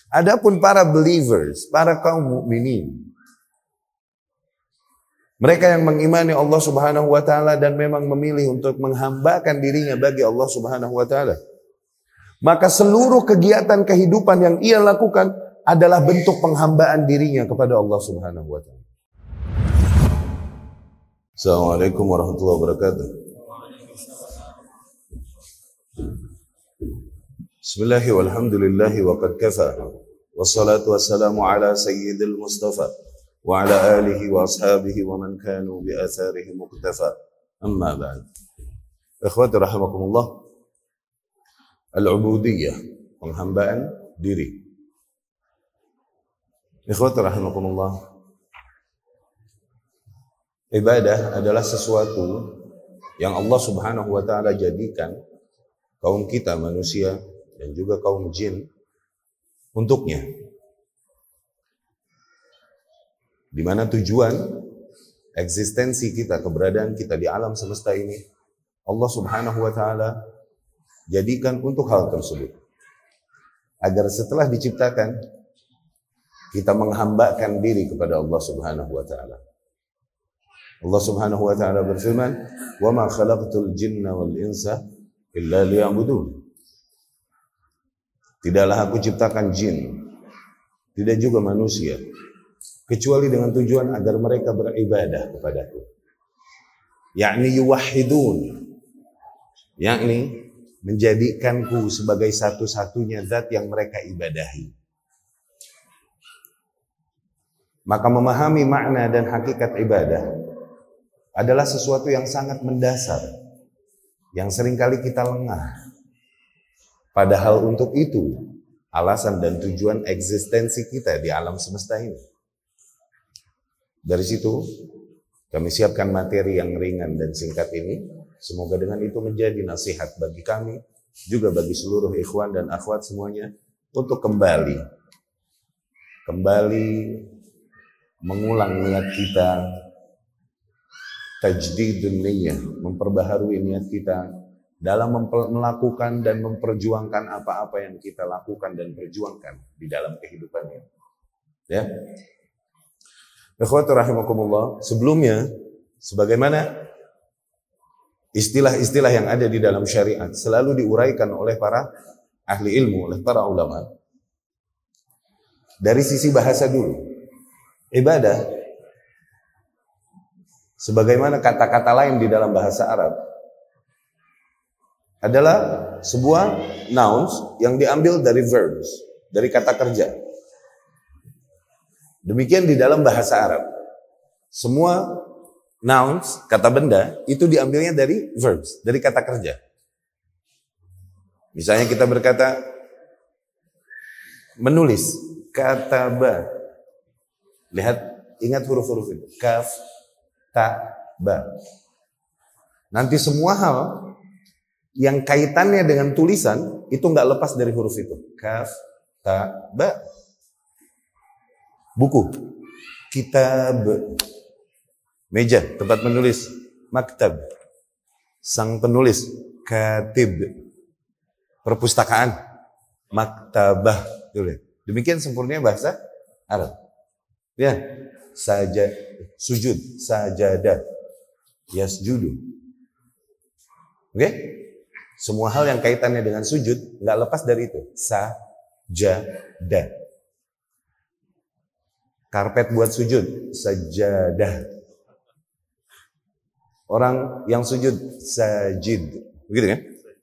Adapun para believers, para kaum mukminin, mereka yang mengimani Allah Subhanahu wa taala dan memang memilih untuk menghambakan dirinya bagi Allah Subhanahu wa taala, maka seluruh kegiatan kehidupan yang ia lakukan adalah bentuk penghambaan dirinya kepada Allah Subhanahu wa taala. Assalamualaikum warahmatullahi wabarakatuh. Bismillahi walhamdulillahi wa qad kafa. Wassalatu wassalamu ala sayyidil mustafa wa ala alihi wa ashabihi wa man kanu bi atharihi muqtafa. Amma ba'd. Ikhwati rahimakumullah. Al-ubudiyah, penghambaan diri. Ikhwati rahimakumullah. Ibadah adalah sesuatu yang Allah Subhanahu wa taala jadikan kaum kita manusia dan juga kaum jin untuknya. Di mana tujuan eksistensi kita, keberadaan kita di alam semesta ini, Allah Subhanahu wa taala jadikan untuk hal tersebut. Agar setelah diciptakan, kita menghambakan diri kepada Allah Subhanahu wa taala. Allah Subhanahu wa taala berfirman, "Wa ma khalaqtul jinna wal insa illa liya'budun." Tidaklah aku ciptakan jin, tidak juga manusia, kecuali dengan tujuan agar mereka beribadah kepadaku. Yakni yuwahhidun, yakni menjadikanku sebagai satu-satunya zat yang mereka ibadahi. Maka memahami makna dan hakikat ibadah adalah sesuatu yang sangat mendasar, yang seringkali kita lengah. Padahal untuk itu alasan dan tujuan eksistensi kita di alam semesta ini. Dari situ kami siapkan materi yang ringan dan singkat ini. Semoga dengan itu menjadi nasihat bagi kami, juga bagi seluruh ikhwan dan akhwat semuanya, untuk kembali mengulang niat kita, tajdidun niyyah, memperbaharui niat kita dalam melakukan dan memperjuangkan apa-apa yang kita lakukan dan perjuangkan di dalam kehidupan ini. Ya. Ikhwatu rahimakumullah, sebelumnya sebagaimana istilah-istilah yang ada di dalam syariat selalu diuraikan oleh para ahli ilmu, oleh para ulama. Dari sisi bahasa dulu, ibadah sebagaimana kata-kata lain di dalam bahasa Arab adalah sebuah nouns yang diambil dari verbs, dari kata kerja. Demikian di dalam bahasa Arab. Semua nouns, kata benda, itu diambilnya dari verbs, dari kata kerja. Misalnya kita berkata menulis, kataba. Lihat, ingat huruf-huruf itu. Kaf, ta, ba. Nanti semua hal yang kaitannya dengan tulisan itu nggak lepas dari huruf itu. Kaf, ta, ba. Buku, kitab. Meja, tempat menulis, maktab. Sang penulis, katib. Perpustakaan, maktabah. Demikian sempurna bahasa Arab. Ya, sujud, sajadah, yasjudu. Oke? Semua hal yang kaitannya dengan sujud nggak lepas dari itu. Sajadah. Karpet buat sujud, sajadah. Orang yang sujud, sajid. Begitu kan?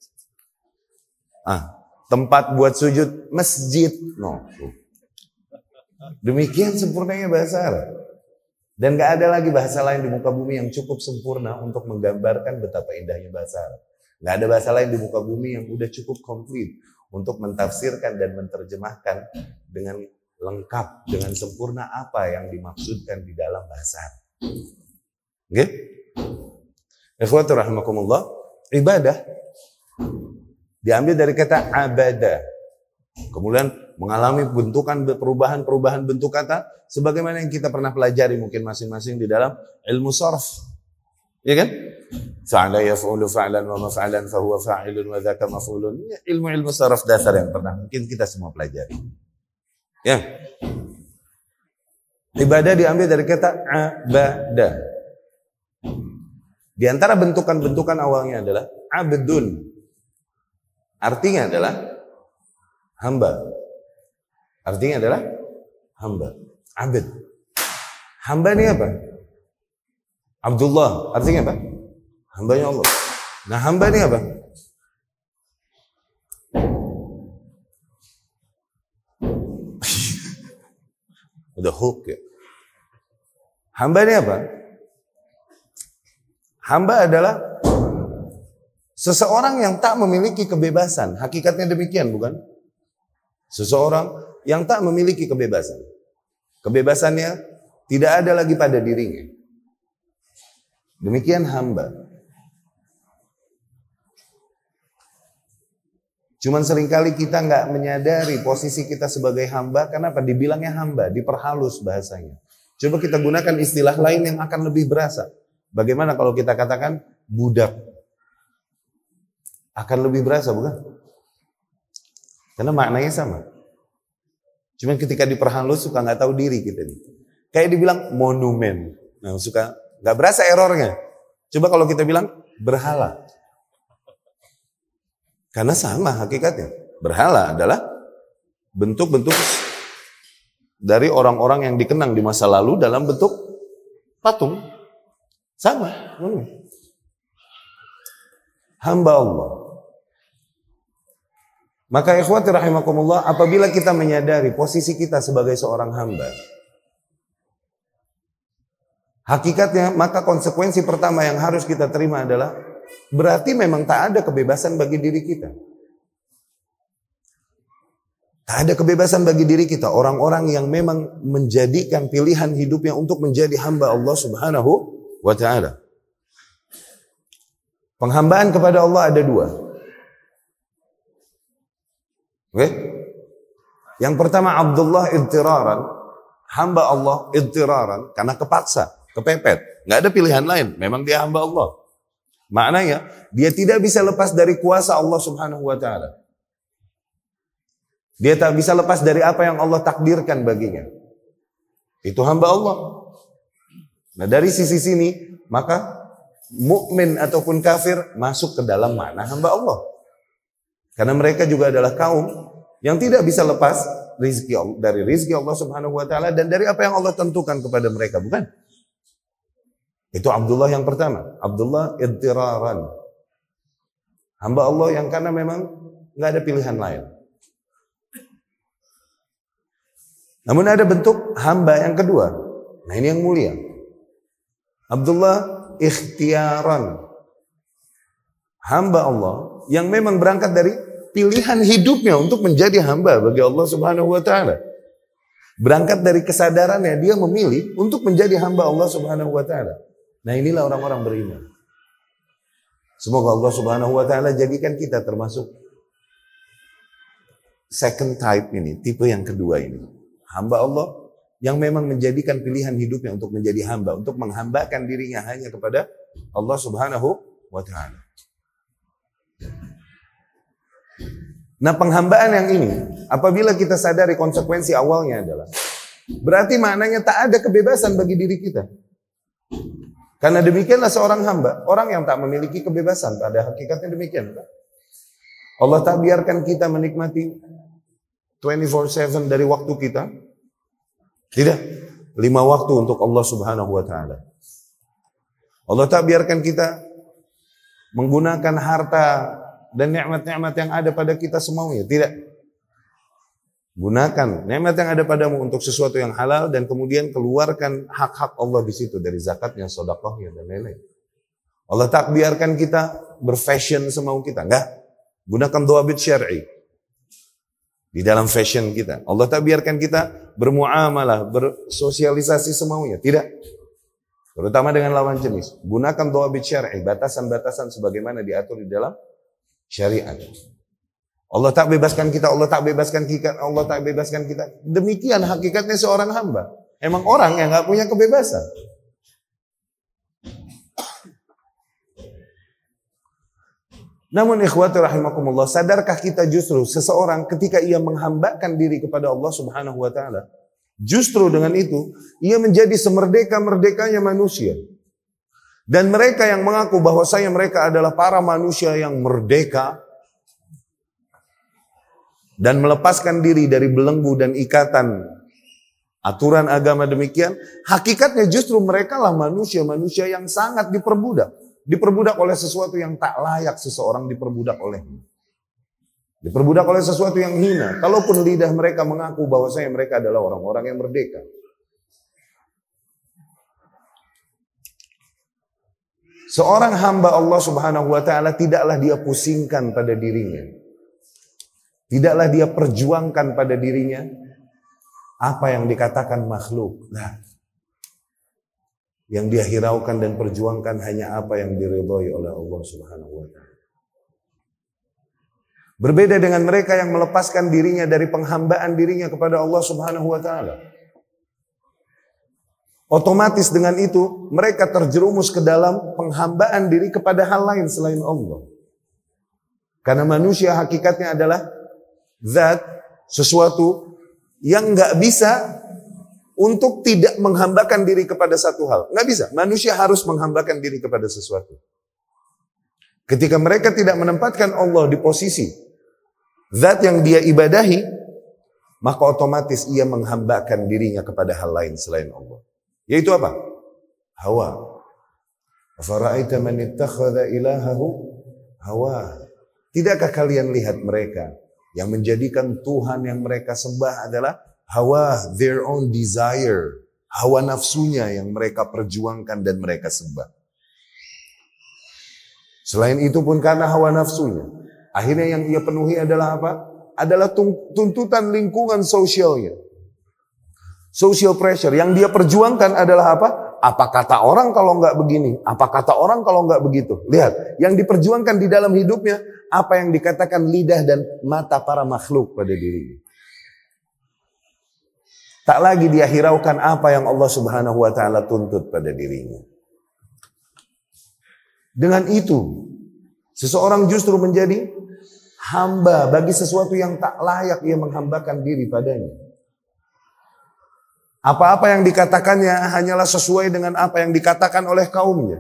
Tempat buat sujud, masjid. No. Demikian sempurnanya bahasa Arab. Dan gak ada lagi bahasa lain di muka bumi yang cukup sempurna untuk menggambarkan betapa indahnya bahasa Arab. Gak ada bahasa lain di muka bumi yang udah cukup komplit untuk mentafsirkan dan menerjemahkan dengan lengkap, dengan sempurna apa yang dimaksudkan di dalam bahasa Arab. Oke? Ikhwatu rahimakumullah, ibadah diambil dari kata abada. Kemudian mengalami perubahan bentuk kata sebagaimana yang kita pernah pelajari mungkin masing-masing di dalam ilmu sharaf. Ya kan? Fa'ala yaf'ulu fa'lan wa maf'alan fa huwa fa'ilun wa dzaka maf'ulun. Ilmu sharaf dasar yang pernah mungkin kita semua pelajari. Ya. Ibadah diambil dari kata abada. Di antara bentukan-bentukan awalnya adalah abdun. Artinya adalah hamba. Artinya adalah hamba. Abd. Hamba ini apa? Abdullah. Artinya apa? Hambanya Allah. Nah, hamba ini apa? Ada hook ya. Hamba ini apa? Hamba adalah seseorang yang tak memiliki kebebasan. Hakikatnya demikian, bukan? Seseorang yang tak memiliki kebebasan. Kebebasannya tidak ada lagi pada dirinya. Demikian hamba. Cuman seringkali kita nggak menyadari posisi kita sebagai hamba. Kenapa? Dibilangnya hamba, diperhalus bahasanya. Coba kita gunakan istilah lain yang akan lebih berasa. Bagaimana kalau kita katakan budak? Akan lebih berasa, bukan? Karena maknanya sama. Cuman ketika diperhalus suka nggak tahu diri kita nih. Kayak dibilang monumen. Nah, suka nggak berasa errornya. Coba kalau kita bilang berhala. Karena sama hakikatnya. Berhala adalah bentuk-bentuk dari orang-orang yang dikenang di masa lalu dalam bentuk patung. Sama. Hamba Allah. Maka ikhwati rahimakumullah, apabila kita menyadari posisi kita sebagai seorang hamba, hakikatnya maka konsekuensi pertama yang harus kita terima adalah berarti memang tak ada kebebasan bagi diri kita. Tak ada kebebasan bagi diri kita. Orang-orang yang memang menjadikan pilihan hidupnya untuk menjadi hamba Allah subhanahu wa ta'ala. Penghambaan kepada Allah ada dua. Oke? Yang pertama Abdullah idtiraran. Hamba Allah idtiraran. Karena kepaksa, kepepet. Nggak ada pilihan lain. Memang dia hamba Allah. Maknanya, dia tidak bisa lepas dari kuasa Allah subhanahu wa ta'ala. Dia tak bisa lepas dari apa yang Allah takdirkan baginya. Itu hamba Allah. Nah, dari sisi sini, maka mukmin ataupun kafir masuk ke dalam makna hamba Allah. Karena mereka juga adalah kaum yang tidak bisa lepas dari rizki Allah subhanahu wa ta'ala dan dari apa yang Allah tentukan kepada mereka, bukan? Itu Abdullah yang pertama. Abdullah idtiraran. Hamba Allah yang karena memang nggak ada pilihan lain. Namun ada bentuk hamba yang kedua. Nah, ini yang mulia. Abdullah ikhtiaran. Hamba Allah yang memang berangkat dari pilihan hidupnya untuk menjadi hamba bagi Allah subhanahu wa ta'ala. Berangkat dari kesadarannya dia memilih untuk menjadi hamba Allah subhanahu wa ta'ala. Nah, inilah orang-orang beriman. Semoga Allah subhanahu wa ta'ala jadikan kita termasuk second type ini, tipe yang kedua ini. Hamba Allah yang memang menjadikan pilihan hidupnya untuk menjadi hamba, untuk menghambakan dirinya hanya kepada Allah subhanahu wa ta'ala. Nah, penghambaan yang ini, apabila kita sadari konsekuensi awalnya adalah, berarti maknanya tak ada kebebasan bagi diri kita. Karena demikianlah seorang hamba, orang yang tak memiliki kebebasan, pada hakikatnya demikian. Allah tak biarkan kita menikmati 24/7 dari waktu kita. Tidak. 5 waktu untuk Allah subhanahu wa ta'ala. Allah tak biarkan kita menggunakan harta dan nikmat-nikmat yang ada pada kita semaunya. Tidak. Gunakan nikmat yang ada padamu untuk sesuatu yang halal dan kemudian keluarkan hak-hak Allah di situ dari zakatnya, sedekahnya dan lain-lain. Allah tak biarkan kita berfashion semau kita. Enggak. Gunakan dhawabit syar'i di dalam fashion kita. Allah tak biarkan kita bermuamalah, bersosialisasi semaunya. Tidak. Terutama dengan lawan jenis. Gunakan dhawabit syar'i, batasan-batasan sebagaimana diatur di dalam syariat. Allah tak bebaskan kita, Allah tak bebaskan kita, Allah tak bebaskan kita. Demikian hakikatnya seorang hamba. Emang orang yang gak punya kebebasan. Namun ikhwati rahimakumullah, sadarkah kita justru seseorang ketika ia menghambakan diri kepada Allah Subhanahu wa taala, justru dengan itu ia menjadi semerdeka-merdekanya manusia. Dan mereka yang mengaku bahwasanya mereka adalah para manusia yang merdeka dan melepaskan diri dari belenggu dan ikatan aturan agama demikian, hakikatnya justru mereka lah manusia-manusia yang sangat diperbudak. Diperbudak oleh sesuatu yang tak layak seseorang diperbudak olehnya. Diperbudak oleh sesuatu yang hina. Kalaupun lidah mereka mengaku bahwasanya mereka adalah orang-orang yang merdeka. Seorang hamba Allah Subhanahu wa taala tidaklah dia pusingkan pada dirinya. Tidaklah dia perjuangkan pada dirinya apa yang dikatakan makhluk. Nah, yang dia hiraukan dan perjuangkan hanya apa yang diridhoi oleh Allah Subhanahu wa taala. Berbeda dengan mereka yang melepaskan dirinya dari penghambaan dirinya kepada Allah Subhanahu wa taala. Otomatis dengan itu mereka terjerumus ke dalam penghambaan diri kepada hal lain selain Allah. Karena manusia hakikatnya adalah zat, sesuatu yang nggak bisa untuk tidak menghambakan diri kepada satu hal. Nggak bisa. Manusia harus menghambakan diri kepada sesuatu. Ketika mereka tidak menempatkan Allah di posisi zat yang dia ibadahi, maka otomatis ia menghambakan dirinya kepada hal lain selain Allah. Yaitu apa? Hawa. Afara'aita man ittakhadha ilahahu hawa. Tidakkah kalian lihat mereka yang menjadikan Tuhan yang mereka sembah adalah hawa, their own desire, hawa nafsunya yang mereka perjuangkan dan mereka sembah. Selain itu pun karena hawa nafsunya, akhirnya yang ia penuhi adalah apa? Adalah tuntutan lingkungan sosialnya. Social pressure yang dia perjuangkan adalah apa? Apa kata orang kalau nggak begini? Apa kata orang kalau nggak begitu? Lihat, yang diperjuangkan di dalam hidupnya apa yang dikatakan lidah dan mata para makhluk pada dirinya. Tak lagi dia hiraukan apa yang Allah Subhanahu wa taala tuntut pada dirinya. Dengan itu, seseorang justru menjadi hamba bagi sesuatu yang tak layak ia menghambakan diri padanya. Apa-apa yang dikatakannya hanyalah sesuai dengan apa yang dikatakan oleh kaumnya.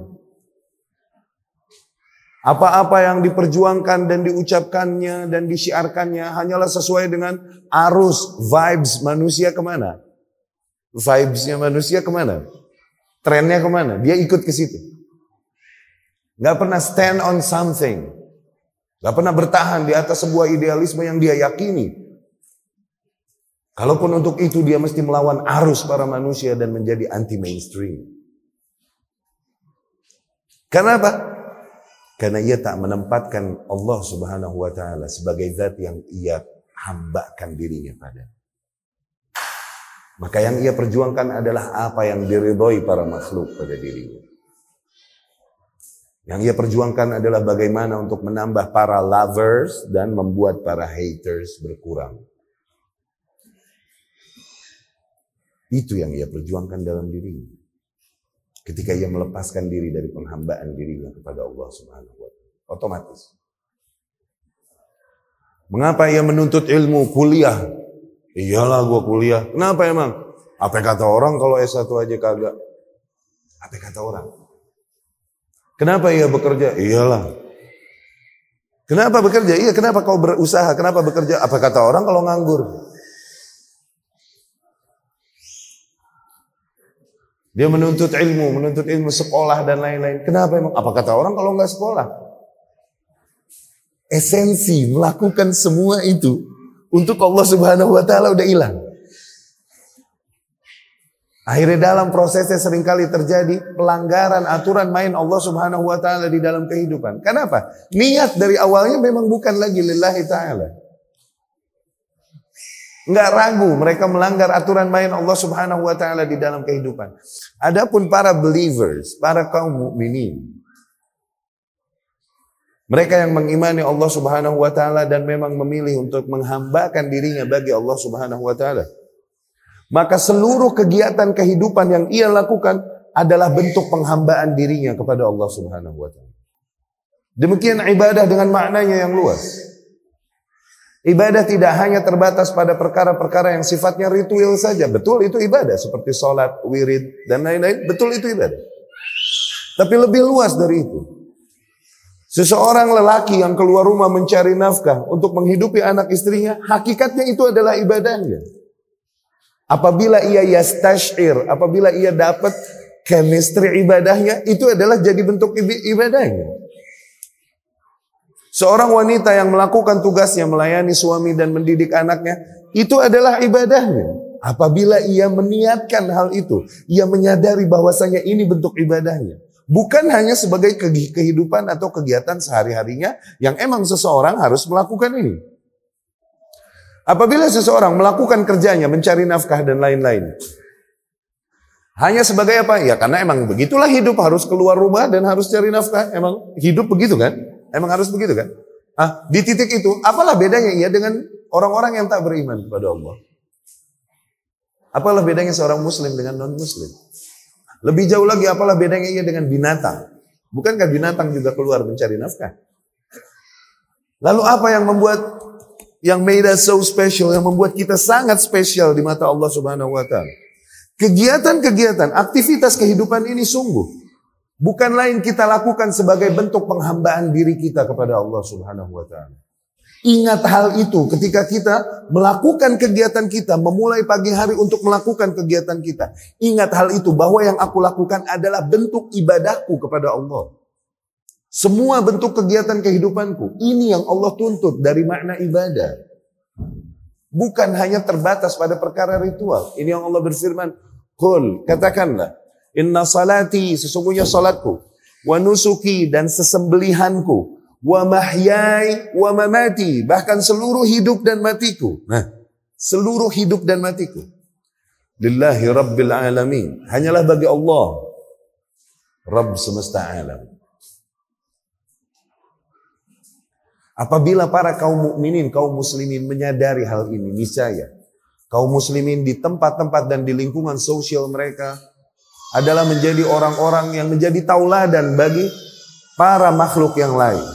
Apa-apa yang diperjuangkan dan diucapkannya dan disiarkannya hanyalah sesuai dengan arus, vibes manusia kemana? Vibesnya manusia kemana? Trennya kemana? Dia ikut ke situ. Gak pernah stand on something. Gak pernah bertahan di atas sebuah idealisme yang dia yakini. Kalaupun untuk itu dia mesti melawan arus para manusia dan menjadi anti mainstream. Kenapa? Karena ia tak menempatkan Allah Subhanahu wa taala sebagai zat yang ia hambakan dirinya pada. Maka yang ia perjuangkan adalah apa yang diridhoi para makhluk pada dirinya. Yang ia perjuangkan adalah bagaimana untuk menambah para lovers dan membuat para haters berkurang. Itu yang ia perjuangkan dalam dirinya. Ketika ia melepaskan diri dari penghambaan dirinya kepada Allah Subhanahu wa taala. Otomatis. Mengapa ia menuntut ilmu kuliah? Iyalah gua kuliah. Kenapa emang? Apa kata orang kalau S1 aja kagak? Apa kata orang? Kenapa ia bekerja? Iyalah. Kenapa bekerja? Iya, kenapa kau berusaha? Kenapa bekerja? Apa kata orang kalau nganggur? Dia menuntut ilmu sekolah dan lain-lain. Kenapa emang? Apa kata orang kalau nggak sekolah? Esensi melakukan semua itu untuk Allah Subhanahu wa taala udah hilang. Akhirnya dalam prosesnya seringkali terjadi pelanggaran aturan main Allah Subhanahu wa taala di dalam kehidupan. Kenapa? Niat dari awalnya memang bukan lagi lillahi taala. Enggak ragu mereka melanggar aturan main Allah Subhanahu wa taala di dalam kehidupan. Adapun para believers, para kaum mukminin, mereka yang mengimani Allah Subhanahu wa taala dan memang memilih untuk menghambakan dirinya bagi Allah Subhanahu wa taala, maka seluruh kegiatan kehidupan yang ia lakukan adalah bentuk penghambaan dirinya kepada Allah Subhanahu wa taala. Demikian ibadah dengan maknanya yang luas. Ibadah tidak hanya terbatas pada perkara-perkara yang sifatnya ritual saja. Betul, itu ibadah. Seperti sholat, wirid, dan lain-lain. Betul, itu ibadah. Tapi lebih luas dari itu. Seseorang lelaki yang keluar rumah mencari nafkah untuk menghidupi anak istrinya, hakikatnya itu adalah ibadahnya. Apabila ia yastash'ir, apabila ia dapat chemistry ibadahnya, itu adalah jadi bentuk ibadahnya. Seorang wanita yang melakukan tugasnya melayani suami dan mendidik anaknya, itu adalah ibadahnya. Apabila ia meniatkan hal itu, ia menyadari bahwasanya ini bentuk ibadahnya. Bukan hanya sebagai kehidupan atau kegiatan sehari-harinya yang emang seseorang harus melakukan ini. Apabila seseorang melakukan kerjanya, mencari nafkah dan lain-lain, hanya sebagai apa? Ya karena emang begitulah hidup, harus keluar rumah dan harus cari nafkah. Emang hidup begitu kan? Emang harus begitu kan? Di titik itu, apalah bedanya ia dengan orang-orang yang tak beriman kepada Allah? Apalah bedanya seorang muslim dengan non-muslim? Lebih jauh lagi, apalah bedanya ia dengan binatang? Bukankah binatang juga keluar mencari nafkah? Lalu apa yang membuat, yang made us so special, yang membuat kita sangat spesial di mata Allah Subhanahu wa Ta'ala? Kegiatan-kegiatan, aktivitas kehidupan ini sungguh bukan lain kita lakukan sebagai bentuk penghambaan diri kita kepada Allah Subhanahu wa Ta'ala. Ingat hal itu ketika kita melakukan kegiatan kita, memulai pagi hari untuk melakukan kegiatan kita. Ingat hal itu bahwa yang aku lakukan adalah bentuk ibadahku kepada Allah. Semua bentuk kegiatan kehidupanku, ini yang Allah tuntut dari makna ibadah. Bukan hanya terbatas pada perkara ritual. Ini yang Allah berfirman, Qul, katakanlah, inna salati, sesungguhnya salatku, wa nusuki, dan sesembelihanku, wa mahyai wa mamati, bahkan seluruh hidup dan matiku. Nah, seluruh hidup dan matiku. Lillahi rabbil alamin. Hanyalah bagi Allah, Rabb semesta alam. Apabila para kaum mukminin, kaum muslimin menyadari hal ini, niscaya kaum muslimin di tempat-tempat dan di lingkungan sosial mereka adalah menjadi orang-orang yang menjadi tauladan bagi para makhluk yang lain.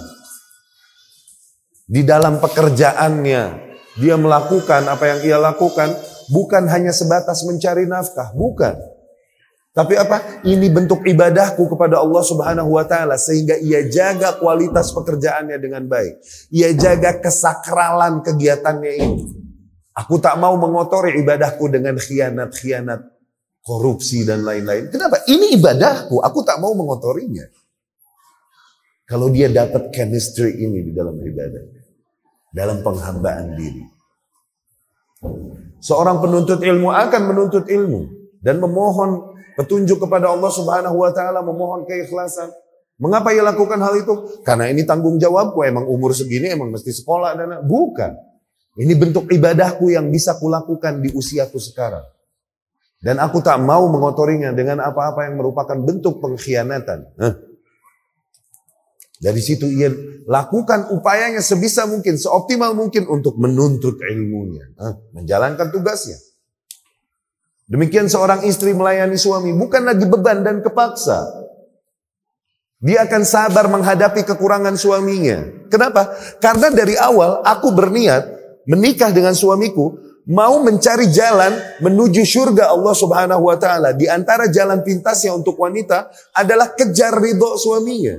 Di dalam pekerjaannya, dia melakukan apa yang ia lakukan bukan hanya sebatas mencari nafkah, bukan. Tapi apa? Ini bentuk ibadahku kepada Allah Subhanahu wa Ta'ala, sehingga ia jaga kualitas pekerjaannya dengan baik. Ia jaga kesakralan kegiatannya ini. Aku tak mau mengotori ibadahku dengan khianat-khianat, korupsi dan lain-lain. Kenapa? Ini ibadahku, aku tak mau mengotorinya. Kalau dia dapat chemistry ini di dalam ibadah, dalam penghambaan diri. Seorang penuntut ilmu akan menuntut ilmu dan memohon petunjuk kepada Allah Subhanahu wa Ta'ala, memohon keikhlasan. Mengapa ia lakukan hal itu? Karena ini tanggung jawabku, emang umur segini emang mesti sekolah dan bukan. Ini bentuk ibadahku yang bisa kulakukan di usiaku sekarang. Dan aku tak mau mengotorinya dengan apa-apa yang merupakan bentuk pengkhianatan. Dari situ ia lakukan upayanya sebisa mungkin, seoptimal mungkin untuk menuntut ilmunya, menjalankan tugasnya. Demikian seorang istri melayani suami, bukan lagi beban dan kepaksa. Dia akan sabar menghadapi kekurangan suaminya. Kenapa? Karena dari awal aku berniat menikah dengan suamiku, mau mencari jalan menuju surga Allah Subhanahu wa Ta'ala. Di antara jalan pintasnya untuk wanita adalah kejar ridho suaminya.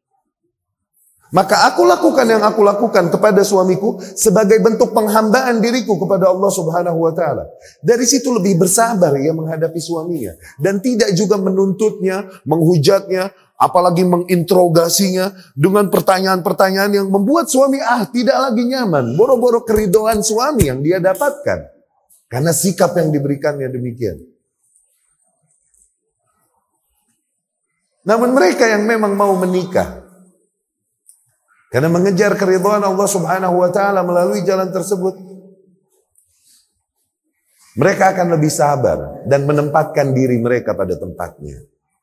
Maka aku lakukan yang aku lakukan kepada suamiku sebagai bentuk penghambaan diriku kepada Allah Subhanahu wa Ta'ala. Dari situ lebih bersabar ia menghadapi suaminya. Dan tidak juga menuntutnya, menghujatnya, apalagi menginterogasinya dengan pertanyaan-pertanyaan yang membuat suami tidak lagi nyaman. Boro-boro keridhaan suami yang dia dapatkan. Karena sikap yang diberikannya demikian. Namun mereka yang memang mau menikah, karena mengejar keridhaan Allah Subhanahu wa Ta'ala melalui jalan tersebut, mereka akan lebih sabar dan menempatkan diri mereka pada tempatnya.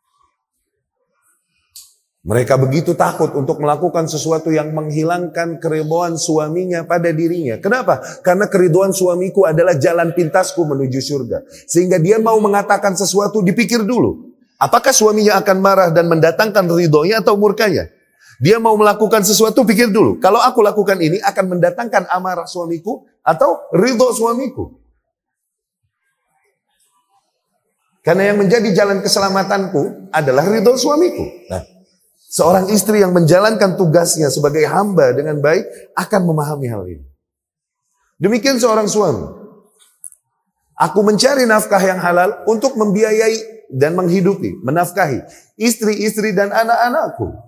Mereka begitu takut untuk melakukan sesuatu yang menghilangkan keridhaan suaminya pada dirinya. Kenapa? Karena keridhaan suamiku adalah jalan pintasku menuju surga. Sehingga dia mau mengatakan sesuatu, dipikir dulu. Apakah suaminya akan marah dan mendatangkan ridhonya atau murkanya? Dia mau melakukan sesuatu, pikir dulu. Kalau aku lakukan ini akan mendatangkan amarah suamiku atau ridho suamiku. Karena yang menjadi jalan keselamatanku adalah ridho suamiku. Nah, seorang istri yang menjalankan tugasnya sebagai hamba dengan baik akan memahami hal ini. Demikian seorang suami. Aku mencari nafkah yang halal untuk membiayai dan menghidupi, menafkahi istri-istri dan anak-anakku.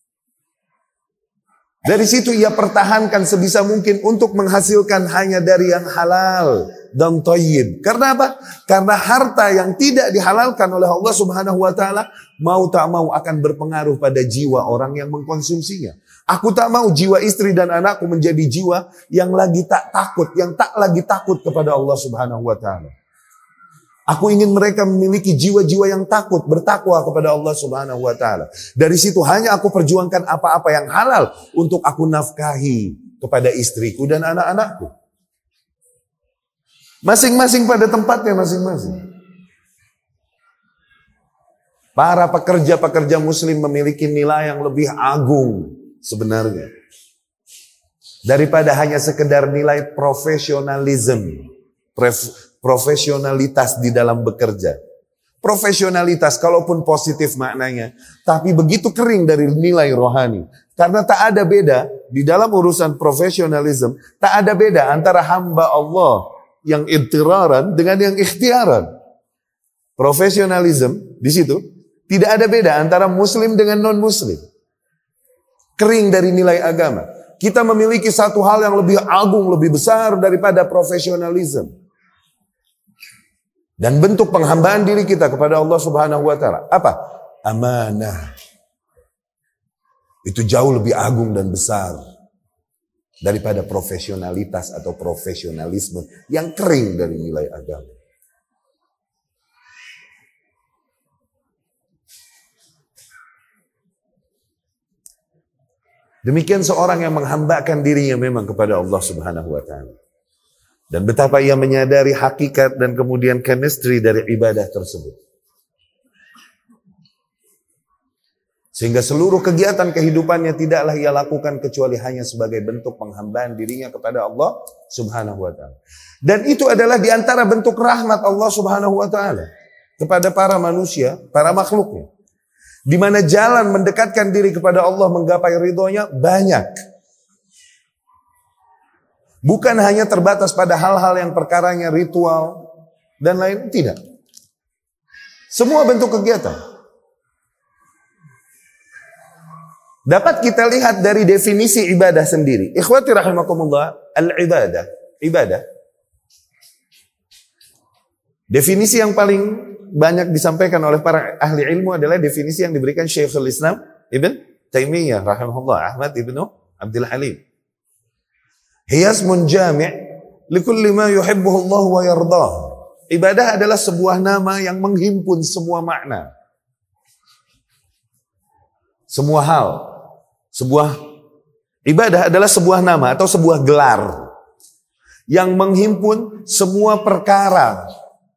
Dari situ ia pertahankan sebisa mungkin untuk menghasilkan hanya dari yang halal dan thayyib. Karena apa? Karena harta yang tidak dihalalkan oleh Allah Subhanahu wa taala mau tak mau akan berpengaruh pada jiwa orang yang mengkonsumsinya. Aku tak mau jiwa istri dan anakku menjadi jiwa yang lagi tak takut, yang tak lagi takut kepada Allah Subhanahu wa taala. Aku ingin mereka memiliki jiwa-jiwa yang takut, bertakwa kepada Allah Subhanahu wa taala. Dari situ hanya aku perjuangkan apa-apa yang halal untuk aku nafkahi kepada istriku dan anak-anakku. Masing-masing pada tempatnya masing-masing. Para pekerja-pekerja muslim memiliki nilai yang lebih agung sebenarnya. Daripada hanya sekedar nilai profesionalisme. Profesionalitas di dalam bekerja. Profesionalitas kalaupun positif maknanya, tapi begitu kering dari nilai rohani. Karena tak ada beda di dalam urusan profesionalisme, tak ada beda antara hamba Allah yang ittiraran dengan yang ikhtiaran. Profesionalisme di situ tidak ada beda antara muslim dengan non-muslim. Kering dari nilai agama. Kita memiliki satu hal yang lebih agung, lebih besar daripada profesionalisme. Dan bentuk penghambaan diri kita kepada Allah Subhanahu wa taala. Apa? Amanah. Itu jauh lebih agung dan besar daripada profesionalitas atau profesionalisme yang kering dari nilai agama. Demikian seorang yang menghambakan dirinya memang kepada Allah Subhanahu wa taala. Dan betapa ia menyadari hakikat dan kemudian chemistry dari ibadah tersebut. Sehingga seluruh kegiatan kehidupannya tidaklah ia lakukan kecuali hanya sebagai bentuk penghambaan dirinya kepada Allah Subhanahu wa taala. Dan itu adalah di antara bentuk rahmat Allah Subhanahu wa taala kepada para manusia, para makhluknya. Di mana jalan mendekatkan diri kepada Allah menggapai ridhonya banyak. Bukan hanya terbatas pada hal-hal yang perkaranya ritual dan lain, tidak. Semua bentuk kegiatan. Dapat kita lihat dari definisi ibadah sendiri. Ikhwati rahimakumullah, al-ibadah. Ibadah. Definisi yang paling banyak disampaikan oleh para ahli ilmu adalah definisi yang diberikan Syekhul Islam Ibn Taimiyah rahimahullah, Ahmad Ibn Abdul Halim. Hiya ismun jami' likulli ma yuhibbuhu Allah wa yardah. Ibadah adalah sebuah nama yang menghimpun semua makna. Semua hal. Sebuah ibadah adalah sebuah nama atau sebuah gelar yang menghimpun semua perkara.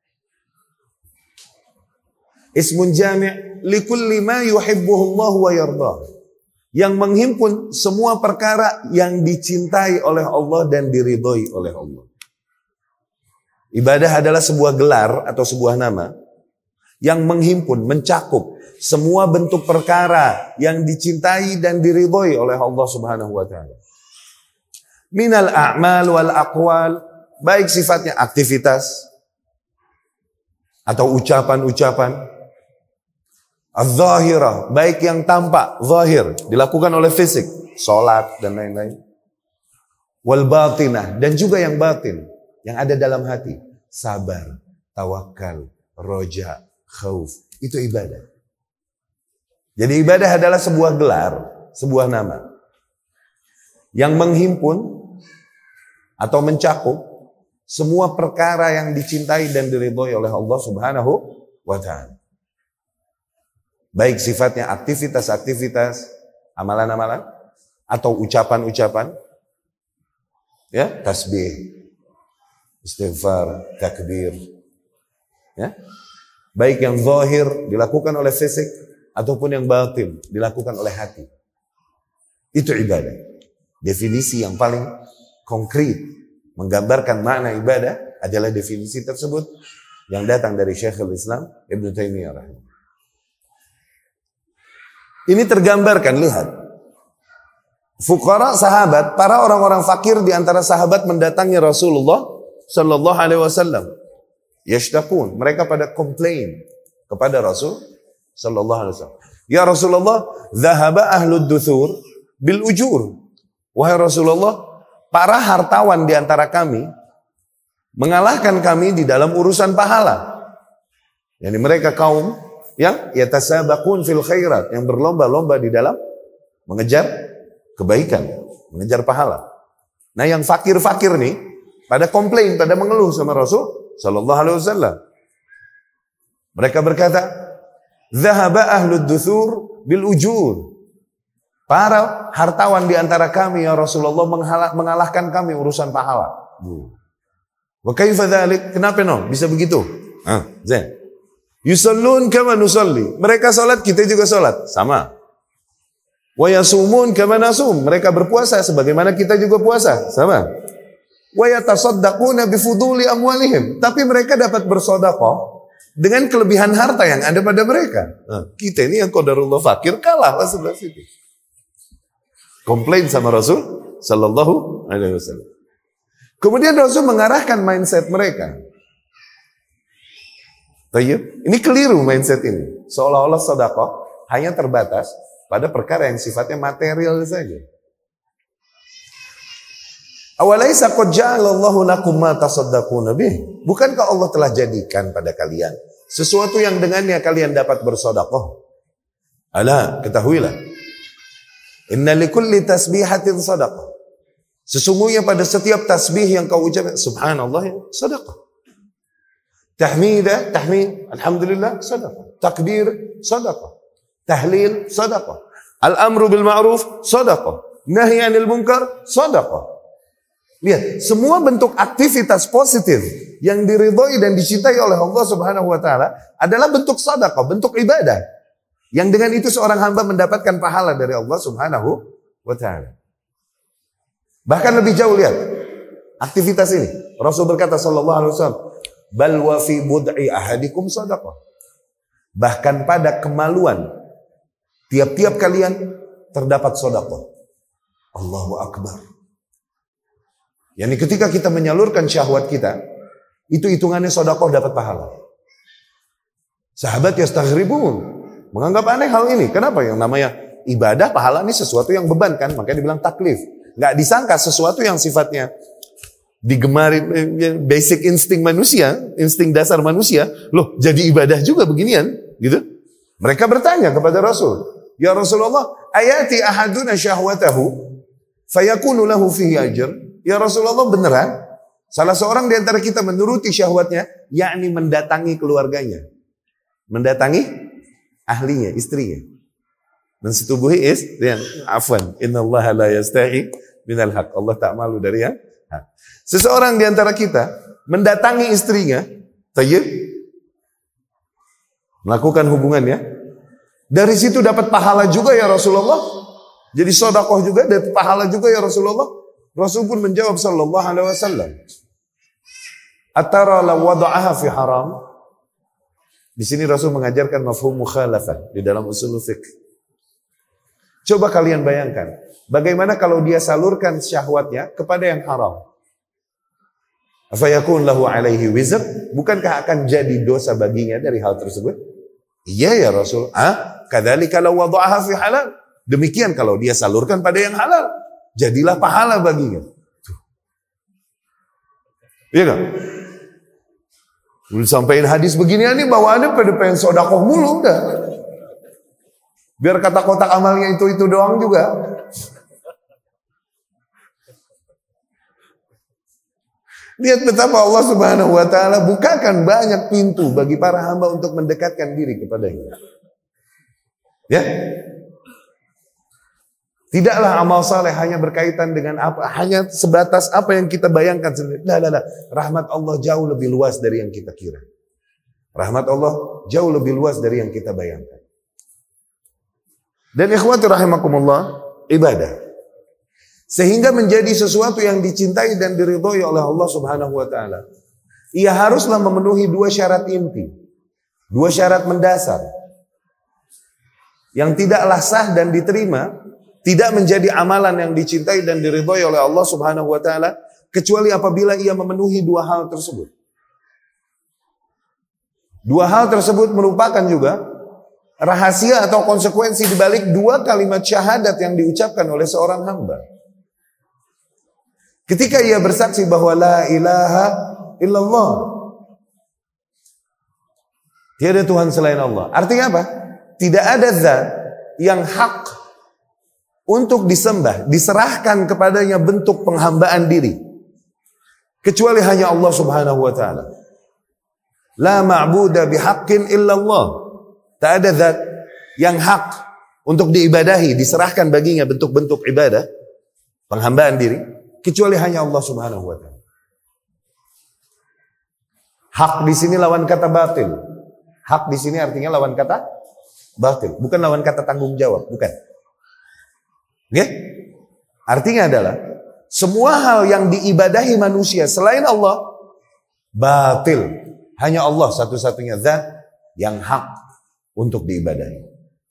Ismun jami' likulli ma yuhibbuhu Allah wa yardah. Yang menghimpun semua perkara yang dicintai oleh Allah dan diridhoi oleh Allah. Ibadah adalah sebuah gelar atau sebuah nama yang menghimpun, mencakup semua bentuk perkara yang dicintai dan diridhoi oleh Allah Subhanahu wa taala. Minal a'mal wal aqwal, baik sifatnya aktivitas atau ucapan-ucapan. Az-zahirah, baik yang tampak, zahir, dilakukan oleh fisik, salat dan lain-lain. Wal batinah, dan juga yang batin, yang ada dalam hati, sabar, tawakal, roja, khauf, itu ibadah. Jadi ibadah adalah sebuah gelar, sebuah nama yang menghimpun atau mencakup semua perkara yang dicintai dan diridhoi oleh Allah Subhanahu wa taala. Baik sifatnya aktivitas-aktivitas, amalan-amalan, atau ucapan-ucapan, ya, tasbih, istighfar, takbir, ya. Baik yang zahir dilakukan oleh fisik ataupun yang batin dilakukan oleh hati. Itu ibadah. Definisi yang paling konkret menggambarkan makna ibadah adalah definisi tersebut yang datang dari Syekhul Islam Ibn Taimiyah rahimahullah. Ini tergambarkan, lihat. Fuqara sahabat, para orang-orang fakir di antara sahabat mendatangi Rasulullah sallallahu alaihi wasallam. Yashtaqun, mereka pada komplain kepada Rasul sallallahu alaihi wasallam. Ya Rasulullah, dhahaba ahlud duthur bil ujur. Wahai Rasulullah, para hartawan di antara kami mengalahkan kami di dalam urusan pahala. Yani mereka kaum yang yatasabaqun fil khairat, yang berlomba-lomba di dalam mengejar kebaikan, mengejar pahala. Nah, yang fakir-fakir nih pada komplain, pada mengeluh sama Rasul sallallahu alaihi wasallam. Mereka berkata, "Dhahaba ahlud duthur bil ujur." Para hartawan di antara kami ya Rasulullah mengalahkan kami urusan pahala. Wa kaifa dzalik? Kenapa no? Bisa begitu? Zain. Yusallun kama nusalli. Mereka salat, kita juga salat, sama. Wa yasumun kama nasum. Mereka berpuasa sebagaimana kita juga puasa, sama. Wa yatasaddaquna bifuduli amwalihim. Tapi mereka dapat bersedekah dengan kelebihan harta yang ada pada mereka. Kita ini yang qadarullah fakir kalah sebelah situ. Komplain sama Rasul sallallahu alaihi wasallam. Kemudian Rasul mengarahkan mindset mereka. Tayyib, ini keliru mindset ini. Seolah-olah sedekah hanya terbatas pada perkara yang sifatnya material saja. Awalaisa qad ja'alallahu lakum ma tasaddaquna bih? Bukankah Allah telah jadikan pada kalian sesuatu yang dengannya kalian dapat bersedekah? Ala, ketahuilah. Inna likulli tasbihatin sadaqah. Sesungguhnya pada setiap tasbih yang kau ucapkan, subhanallah, sedekah. Tahmidah, tahmid, alhamdulillah, sedekah. Takbir, sedekah. Tahlil, sedekah. Al-amru bil ma'ruf, sedekah. Nahi 'anil munkar, sedekah. Lihat, semua bentuk aktivitas positif yang diridhoi dan dicintai oleh Allah Subhanahu wa taala adalah bentuk sedekah, bentuk ibadah. Yang dengan itu seorang hamba mendapatkan pahala dari Allah Subhanahu wa taala. Bahkan lebih jauh, lihat aktivitas ini. Rasul berkata sallallahu alaihi wasallam, "Bal wa fi bud'i ahadikum shadaqah." Bahkan pada kemaluan tiap-tiap kalian terdapat sedekah. Allahu akbar. Yani ketika kita menyalurkan syahwat kita, itu hitungannya sedekah dapat pahala. Sahabat yastaghribun, menganggap aneh hal ini. Kenapa? Yang namanya ibadah, pahala ini sesuatu yang beban kan, makanya dibilang taklif. Nggak disangka sesuatu yang sifatnya digemari, basic insting manusia, insting dasar manusia, loh jadi ibadah juga beginian, gitu. Mereka bertanya kepada Rasul, ya Rasulullah, ayati ahaduna syahwatahu fayakunu lahu fihi ajr. Ya Rasulullah, beneran salah seorang di antara kita menuruti syahwatnya, yakni mendatangi keluarganya, mendatangi ahlinya, istrinya, mensetubuhi istrinya. Afwan, innallaha la yastahi minal haq. Allah tak malu dari yang hak. Seseorang di antara kita mendatangi istrinya, tayyib, melakukan hubungannya, dari situ dapat pahala juga ya Rasulullah. Jadi sedekah juga, dapat pahala juga ya Rasulullah. Rasul pun menjawab sallallahu alaihi wasallam, atara law wada'aha fi haram. Di sini Rasul mengajarkan mafhum mukhalafah di dalam usul fiqh. Coba kalian bayangkan, bagaimana kalau dia salurkan syahwatnya kepada yang haram? Afayakun lahu alaihi wizr? Bukankah akan jadi dosa baginya dari hal tersebut? Iya ya Rasul. Kadzalika law wada'aha fi halal. Demikian kalau dia salurkan pada yang halal, jadilah pahala baginya. Iya kan? Udah sampein hadis beginian nih, bawaannya pada pengen sedekah mulu udah. Biar kata kotak amalnya itu doang juga. Lihat betapa Allah Subhanahu wa taala bukakan banyak pintu bagi para hamba untuk mendekatkan diri kepadanya. Ya. Tidaklah amal saleh hanya berkaitan dengan apa, hanya sebatas apa yang kita bayangkan sendiri. Lah. Rahmat Allah jauh lebih luas dari yang kita kira. Rahmat Allah jauh lebih luas dari yang kita bayangkan. Dan ikhwati rahimakumullah, ibadah. Sehingga menjadi sesuatu yang dicintai dan diridhoi oleh Allah Subhanahu wa taala. Ia haruslah memenuhi dua syarat inti. Dua syarat mendasar. Yang tidaklah sah dan diterima, tidak menjadi amalan yang dicintai dan diridhoi oleh Allah Subhanahu wa taala kecuali apabila ia memenuhi dua hal tersebut. Dua hal tersebut merupakan juga rahasia atau konsekuensi dibalik dua kalimat syahadat yang diucapkan oleh seorang hamba. Ketika ia bersaksi bahwa la ilaha illallah, tiada Tuhan selain Allah. Artinya apa? Tidak ada zat yang hak untuk disembah, diserahkan kepadanya bentuk penghambaan diri, kecuali hanya Allah Subhanahu wa taala. La ma'buda bihaqqin illallah. Tak ada zat yang hak untuk diibadahi, diserahkan baginya bentuk-bentuk ibadah, penghambaan diri, kecuali hanya Allah Subhanahu wa taala. Hak di sini lawan kata batil. Hak di sini artinya lawan kata batil, bukan lawan kata tanggung jawab, bukan. Oke? Artinya adalah semua hal yang diibadahi manusia selain Allah batil. Hanya Allah satu-satunya zat yang hak untuk diibadahi.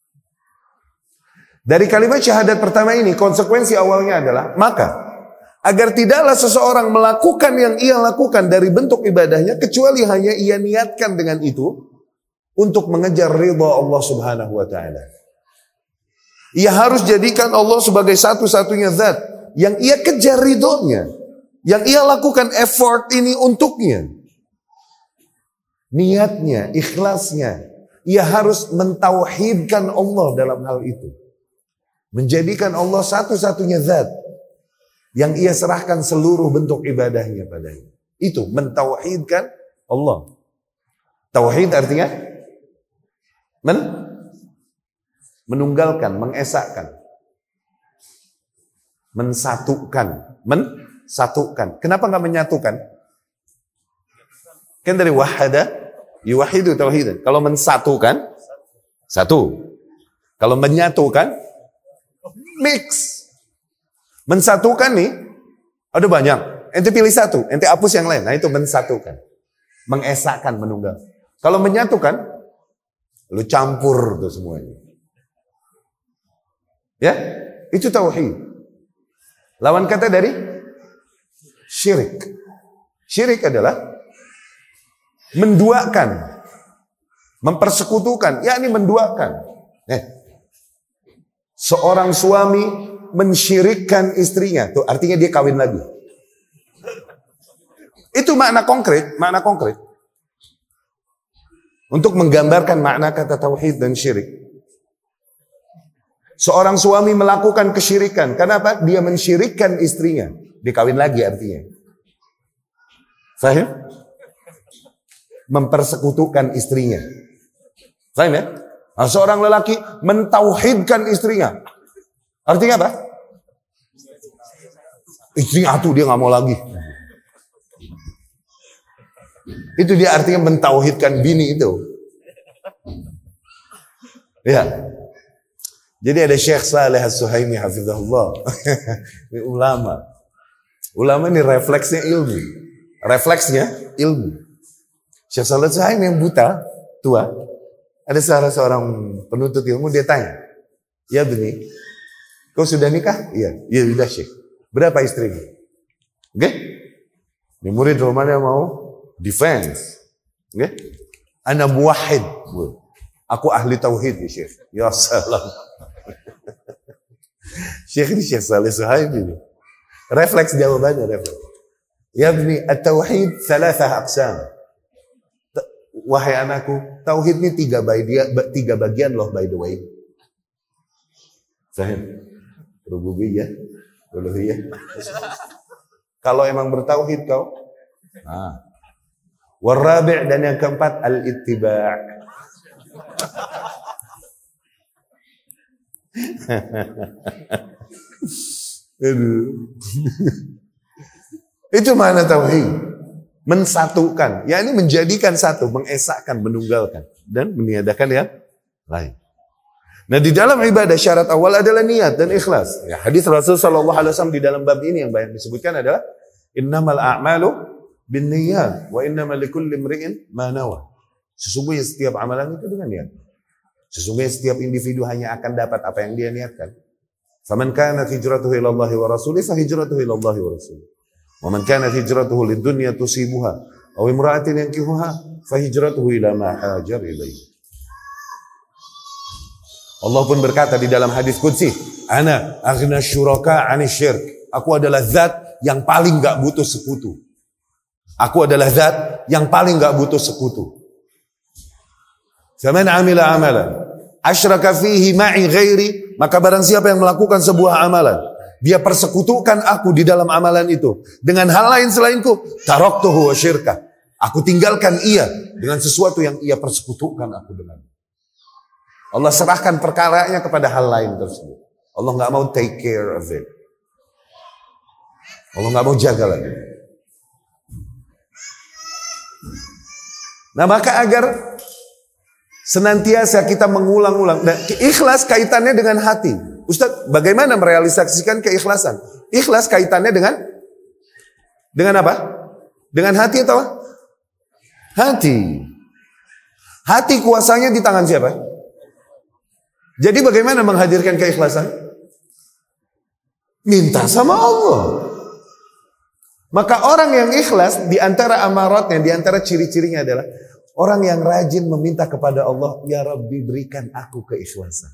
Dari kalimat syahadat pertama ini, konsekuensi awalnya adalah, maka agar tidaklah seseorang melakukan yang ia lakukan dari bentuk ibadahnya kecuali hanya ia niatkan dengan itu untuk mengejar ridha Allah Subhanahu wa taala. Ia harus jadikan Allah sebagai satu-satunya zat yang ia kejar ridhonya, yang ia lakukan effort ini untuknya. Niatnya, ikhlasnya, ia harus mentauhidkan Allah dalam hal itu. Menjadikan Allah satu-satunya zat yang ia serahkan seluruh bentuk ibadahnya padanya. Itu mentauhidkan Allah. Tauhid artinya menunggalkan, mengesahkan, mensatukan. Kenapa nggak menyatukan? Kan dari wahada, yuwahidu tauhidan. Kalau mensatukan, satu. Kalau menyatukan, mix. Mensatukan nih, ada banyak. Ente pilih satu, ente hapus yang lain. Nah itu mensatukan. Mengesahkan, menunggal. Kalau menyatukan, lu campur tuh semuanya. Ya, itu tauhid. Lawan kata dari syirik. Syirik adalah menduakan, mempersekutukan, yakni menduakan. Seorang suami mensyirikkan istrinya, tuh artinya dia kawin lagi. Itu makna konkret, untuk menggambarkan makna kata tauhid dan syirik. Seorang suami melakukan kesyirikan, kenapa? Dia mensyirikkan istrinya, dia kawin lagi artinya. Faham? Mempersekutukan istrinya. Faham ya? Nah, seorang lelaki mentauhidkan istrinya. Artinya apa? Istrinya dia nggak mau lagi. Itu dia artinya mentauhidkan bini itu. Ya. Jadi ada Syekh Saleh As-Suhaimi hafizahullah. Ini ulama. Ulama ini refleksnya ilmu. Refleksnya ilmu. Syekh Saleh As-Suhaimi yang buta, tua. Ada salah seorang penuntut ilmu, dia tanya, "Ya Bini, kau sudah nikah?" "Iya." "Ya sudah Syekh." "Berapa istrimu?" Oke? Ini murid rumahnya mau defense. Oke? Ana muwahhid. Aku ahli tauhid ya Syekh. Ya salam. Syekh ini Syekh Saleh Suhaimi. Refleks jawabannya, refleks. "Ya Bini, at-tauhid thalathah aqsam." Wahai anakku, tauhid ini tiga bagian loh by the way. Faham? Rububiyah, uluhiyah. Kalau emang bertauhid kau, warabi' dan yang keempat al-ittiba'. Itu mana tauhid? Mensatukan, yakni menjadikan satu, mengesahkan, menunggalkan, dan meniadakan yang lain. Nah, di dalam ibadah syarat awal adalah niat dan ikhlas. Ya, hadis Rasul sallallahu alaihi wasallam di dalam bab ini yang banyak disebutkan adalah innamal a'malu binniyat wa innamal likulli imri'in ma nawa. Sesungguhnya setiap amalan itu dengan niat. Sesungguhnya setiap individu hanya akan dapat apa yang dia niatkan. Faman kanat hijratuhu ila Allah wa rasulih fa hijratuhu ila Allah wa rasulih. Wa man kanat hijratuhu lid-dunya tusibuha aw imra'atin yankihuha fa hijratuhu ila ma hajar ilaihi. Allah pun berkata di dalam hadis qudsi, "Ana aghna syuraka 'anil syirk." Aku adalah zat yang paling enggak butuh sekutu. Aku adalah zat yang paling enggak butuh sekutu. Faman 'amila 'amalan asyraka fihi ma'i ghairi, maka barang siapa yang melakukan sebuah amalan, dia persekutukan aku di dalam amalan itu dengan hal lain selainku, taraktuhu wa syirka. Aku tinggalkan ia dengan sesuatu yang ia persekutukan aku dengan. Allah serahkan perkaranya kepada hal lain tersebut. Allah nggak mau take care of it. Allah nggak mau jaga lagi. Nah, maka agar senantiasa kita mengulang-ulang. Nah, ikhlas kaitannya dengan hati. Ustaz, bagaimana merealisasikan keikhlasan? Ikhlas kaitannya dengan apa? Dengan hati atau hati? Hati kuasanya di tangan siapa? Jadi bagaimana menghadirkan keikhlasan? Minta sama Allah. Maka orang yang ikhlas, di antara amaratnya, di antara ciri-cirinya adalah orang yang rajin meminta kepada Allah, ya Rabbi berikan aku keikhlasan.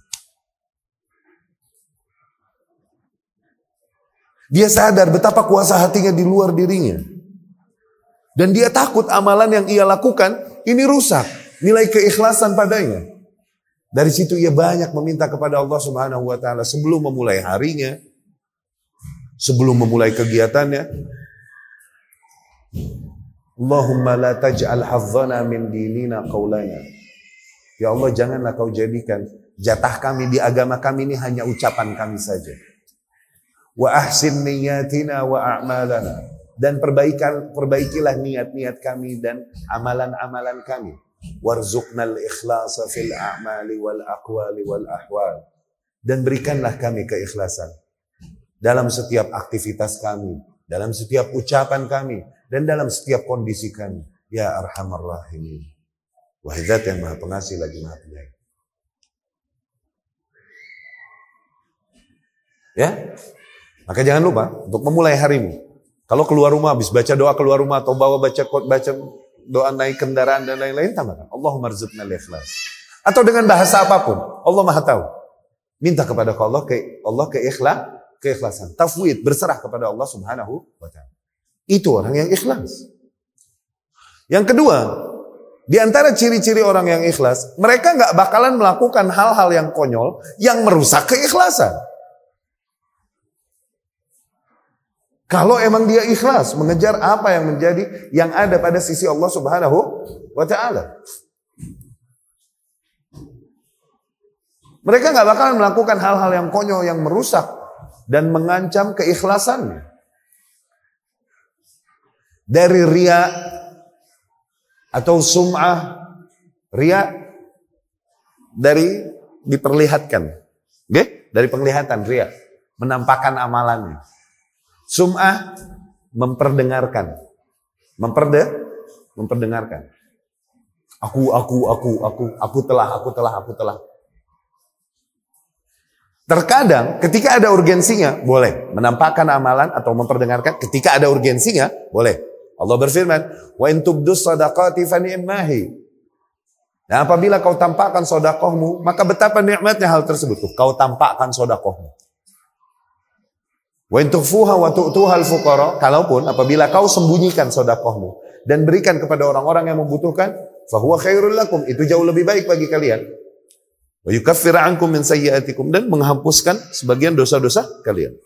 Dia sadar betapa kuasa hatinya di luar dirinya. Dan dia takut amalan yang ia lakukan ini rusak nilai keikhlasan padanya. Dari situ ia banyak meminta kepada Allah Subhanahu wa taala sebelum memulai harinya, sebelum memulai kegiatannya. Allahumma la taj'al hazzana min dinina qaulana. Ya Allah, janganlah kau jadikan jatah kami di agama kami ini hanya ucapan kami saja. Wa ahsin niyatina wa a'malana. Dan perbaikilah niat-niat kami dan amalan-amalan kami. Warzuqnal ikhlasa fil a'mali wal aqwali wal ahwal. Dan berikanlah kami keikhlasan dalam setiap aktivitas kami, dalam setiap ucapan kami, dan dalam setiap kondisi kami. Ya Arhamar Rahimin. Wahai Zat yang Maha Pengasih lagi Maha Penyayang. Ya, maka jangan lupa untuk memulai harimu. Kalau keluar rumah habis baca doa keluar rumah atau baca doa naik kendaraan dan lain-lain, tambahkan Allahumma rzuqnal ikhlas. Atau dengan bahasa apapun, Allah Maha tahu. Minta kepada Allah keikhlasan, tafwid, berserah kepada Allah Subhanahu wa taala. Itu orang yang ikhlas. Yang kedua, di antara ciri-ciri orang yang ikhlas, mereka nggak bakalan melakukan hal-hal yang konyol yang merusak keikhlasan. Kalau emang dia ikhlas mengejar apa yang ada pada sisi Allah Subhanahu wa taala. Mereka nggak bakalan melakukan hal-hal yang konyol yang merusak dan mengancam keikhlasannya. Dari riya atau sum'ah, riya dari diperlihatkan, dari penglihatan riya, menampakkan amalannya. Sum'ah memperdengarkan, memperdengarkan. Aku telah. Terkadang ketika ada urgensinya boleh menampakkan amalan atau memperdengarkan. Ketika ada urgensinya boleh. Allah berfirman, wa in tubdus shadaqati fa ni'mahi. Nah, apabila kau tampakkan sedekahmu, maka betapa nikmatnya hal tersebut. Kau tampakkan sedekahmu. Wa in tukhfuha wa tu'tuha al-fuqara, kalaupun apabila kau sembunyikan sedekahmu dan berikan kepada orang-orang yang membutuhkan, fa huwa khairul lakum, itu jauh lebih baik bagi kalian. Wa yukaffir 'ankum min sayyi'atikum, dan menghapuskan sebagian dosa-dosa kalian.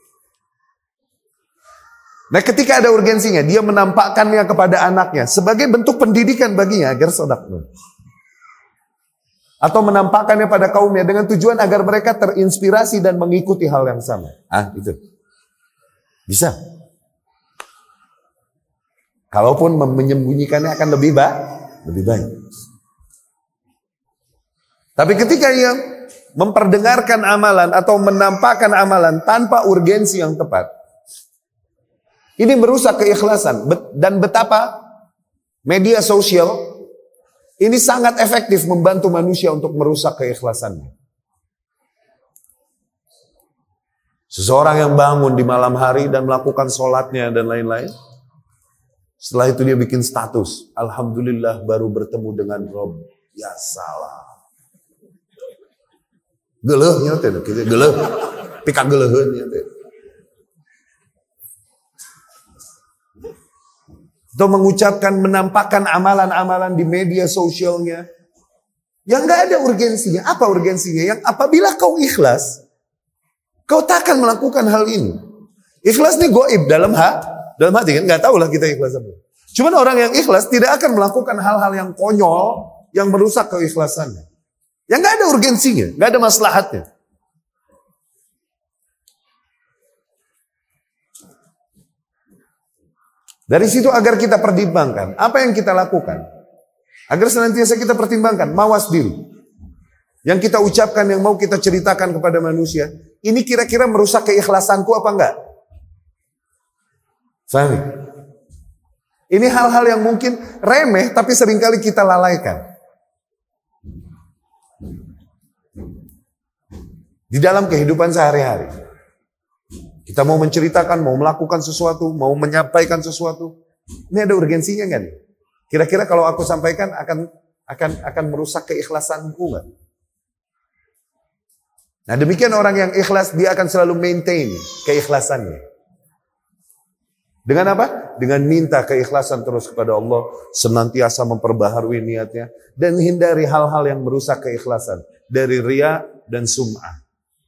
Nah, ketika ada urgensinya, dia menampakkannya kepada anaknya sebagai bentuk pendidikan baginya agar sedekah. Atau menampakkannya pada kaumnya dengan tujuan agar mereka terinspirasi dan mengikuti hal yang sama. Itu. Bisa. Kalaupun menyembunyikannya akan lebih baik. Tapi ketika ia memperdengarkan amalan atau menampakkan amalan tanpa urgensi yang tepat, ini merusak keikhlasan. Dan betapa media sosial ini sangat efektif membantu manusia untuk merusak keikhlasannya. Seseorang yang bangun di malam hari dan melakukan sholatnya dan lain-lain, setelah itu dia bikin status, alhamdulillah baru bertemu dengan Rob. Ya salah. Gelehnya teh, geleh. Pika geleheun teh. Atau mengucapkan, menampakkan amalan-amalan di media sosialnya yang gak ada urgensinya. Apa urgensinya? Yang apabila kau ikhlas, kau tak akan melakukan hal ini. Ikhlas ini goib dalam hati kan, nggak tahu lah kita ikhlas apa. Cuman orang yang ikhlas tidak akan melakukan hal-hal yang konyol yang merusak keikhlasannya. Yang nggak ada urgensinya, nggak ada maslahatnya. Dari situ agar kita pertimbangkan apa yang kita lakukan, agar senantiasa kita pertimbangkan, mawas diri. Yang kita ucapkan, yang mau kita ceritakan kepada manusia, ini kira-kira merusak keikhlasanku apa enggak? Faham? Ini hal-hal yang mungkin remeh tapi seringkali kita lalaikan. Di dalam kehidupan sehari-hari. Kita mau menceritakan, mau melakukan sesuatu, mau menyampaikan sesuatu. Ini ada urgensinya enggak nih? Kira-kira kalau aku sampaikan akan merusak keikhlasanku enggak? Nah demikian orang yang ikhlas, dia akan selalu maintain keikhlasannya. Dengan apa? Dengan minta keikhlasan terus kepada Allah, senantiasa memperbaharui niatnya, dan hindari hal-hal yang merusak keikhlasan, dari riya dan sum'ah.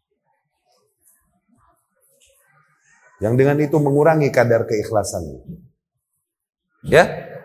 Yang dengan itu mengurangi kadar keikhlasannya. Ya?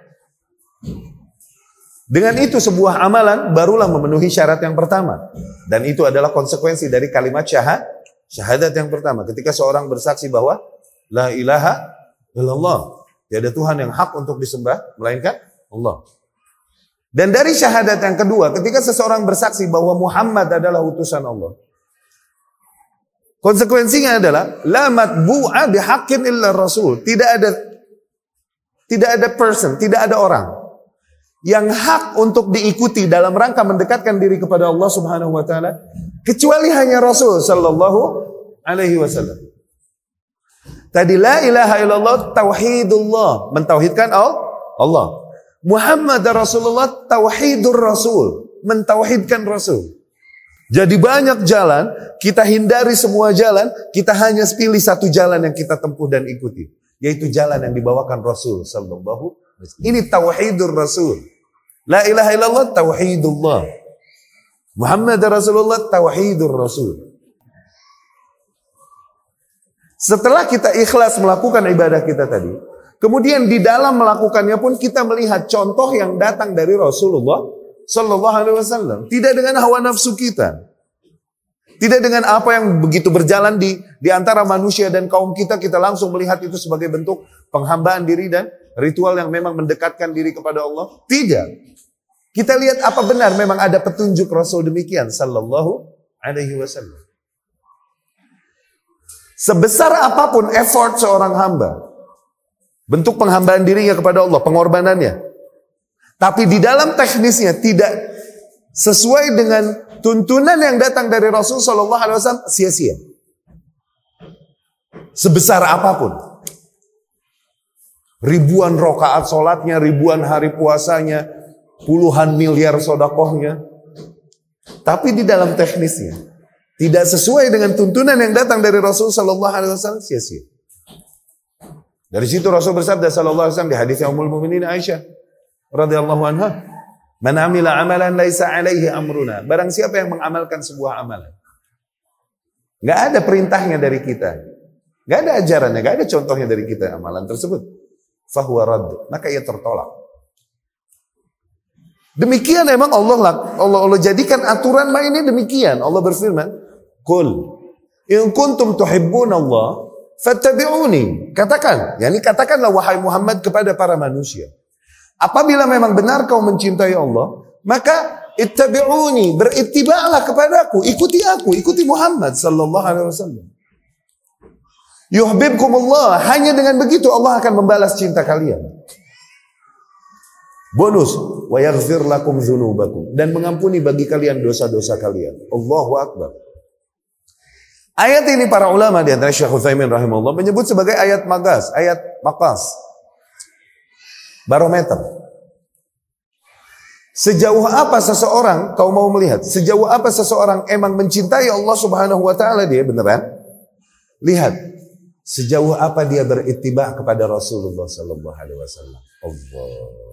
Dengan itu sebuah amalan barulah memenuhi syarat yang pertama. Dan itu adalah konsekuensi dari kalimat syahadat yang pertama. Ketika seorang bersaksi bahwa la ilaha illallah, tiada Tuhan yang hak untuk disembah melainkan Allah. Dan dari syahadat yang kedua, ketika seseorang bersaksi bahwa Muhammad adalah utusan Allah, konsekuensinya adalah la matbu'a bihaqqin illa rasul. Tidak ada person, tidak ada orang yang hak untuk diikuti dalam rangka mendekatkan diri kepada Allah Subhanahu wa taala kecuali hanya Rasul sallallahu alaihi wasallam. Tadi la ilaha illallah tauhidullah, mentauhidkan Allah. Muhammad Rasulullah tauhidur rasul, mentauhidkan Rasul. Jadi banyak jalan, kita hindari semua jalan, kita hanya pilih satu jalan yang kita tempuh dan ikuti, yaitu jalan yang dibawakan Rasul sallallahu alaihi wasallam. Ini tauhidur rasul. La ilaha illallah tauhidullah. Muhammad Rasulullah tauhidur rasul. Setelah kita ikhlas melakukan ibadah kita tadi, kemudian di dalam melakukannya pun kita melihat contoh yang datang dari Rasulullah sallallahu alaihi wasallam, tidak dengan hawa nafsu kita. Tidak dengan apa yang begitu berjalan di antara manusia dan kaum kita langsung melihat itu sebagai bentuk penghambaan diri dan ritual yang memang mendekatkan diri kepada Allah. Tidak. Kita lihat apa benar memang ada petunjuk Rasul demikian sallallahu alaihi wasallam. Sebesar apapun effort seorang hamba, bentuk penghambaan dirinya kepada Allah, pengorbanannya, tapi di dalam teknisnya tidak sesuai dengan tuntunan yang datang dari Rasul sallallahu alaihi wasallam, sia-sia. Sebesar apapun. Ribuan rakaat sholatnya, ribuan hari puasanya, puluhan miliar sodakohnya. Tapi di dalam teknisnya tidak sesuai dengan tuntunan yang datang dari Rasul sallallahu alaihi wasallam, sia-sia. Dari situ Rasul bersabda sallallahu alaihi wasallam di hadis Ummul Mukminin Aisyah radhiyallahu anha, "Man amila amalan laisa alaihi amruna." Barang siapa yang mengamalkan sebuah amalan, enggak ada perintahnya dari kita, enggak ada ajarannya, enggak ada contohnya dari kita amalan tersebut, fahuwa radd, maka ia tertolak. Demikian memang Allah jadikan aturan mainnya demikian. Allah berfirman, "Qul in kuntum tuhibbunallah fattabi'uni." Katakanlah wahai Muhammad kepada para manusia, apabila memang benar kau mencintai Allah, maka Ittabi'uni, berittiba'lah kepadaku, ikuti Muhammad sallallahu alaihi wasallam. Yuhibbukumullah, hanya dengan begitu Allah akan membalas cinta kalian. Bonus, wa yaghfir lakum dzunubakum, dan mengampuni bagi kalian dosa-dosa kalian. Allahu akbar. Ayat ini para ulama di antara Syekh Utsaimin rahimahullah menyebut sebagai ayat magas, ayat maqas. Barometer. Sejauh apa seseorang, kau mau melihat, sejauh apa seseorang emang mencintai Allah Subhanahu wa taala dia beneran? Lihat, sejauh apa dia berittiba kepada Rasulullah sallallahu alaihi wasallam. Allah.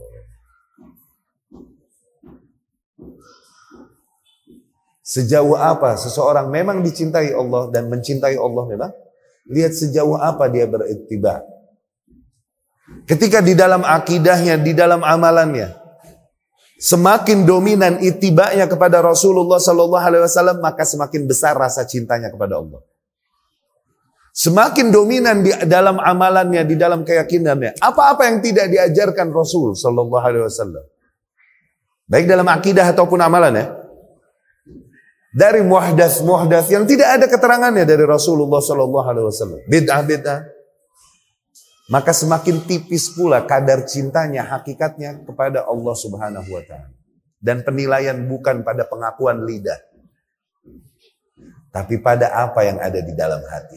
Sejauh apa seseorang memang dicintai Allah dan mencintai Allah memang? Lihat sejauh apa dia berittiba. Ketika di dalam akidahnya, di dalam amalannya, semakin dominan ittiba'nya kepada Rasulullah sallallahu alaihi wasallam, maka semakin besar rasa cintanya kepada Allah. Semakin dominan di dalam amalannya, di dalam keyakinannya, apa-apa yang tidak diajarkan Rasul sallallahu alaihi wasallam, baik dalam akidah ataupun amalan ya, dari muhdath yang tidak ada keterangannya dari Rasulullah sallallahu alaihi wasallam, bid'ah, maka semakin tipis pula kadar cintanya, hakikatnya kepada Allah Subhanahu wa taala. Dan penilaian bukan pada pengakuan lidah, tapi pada apa yang ada di dalam hati.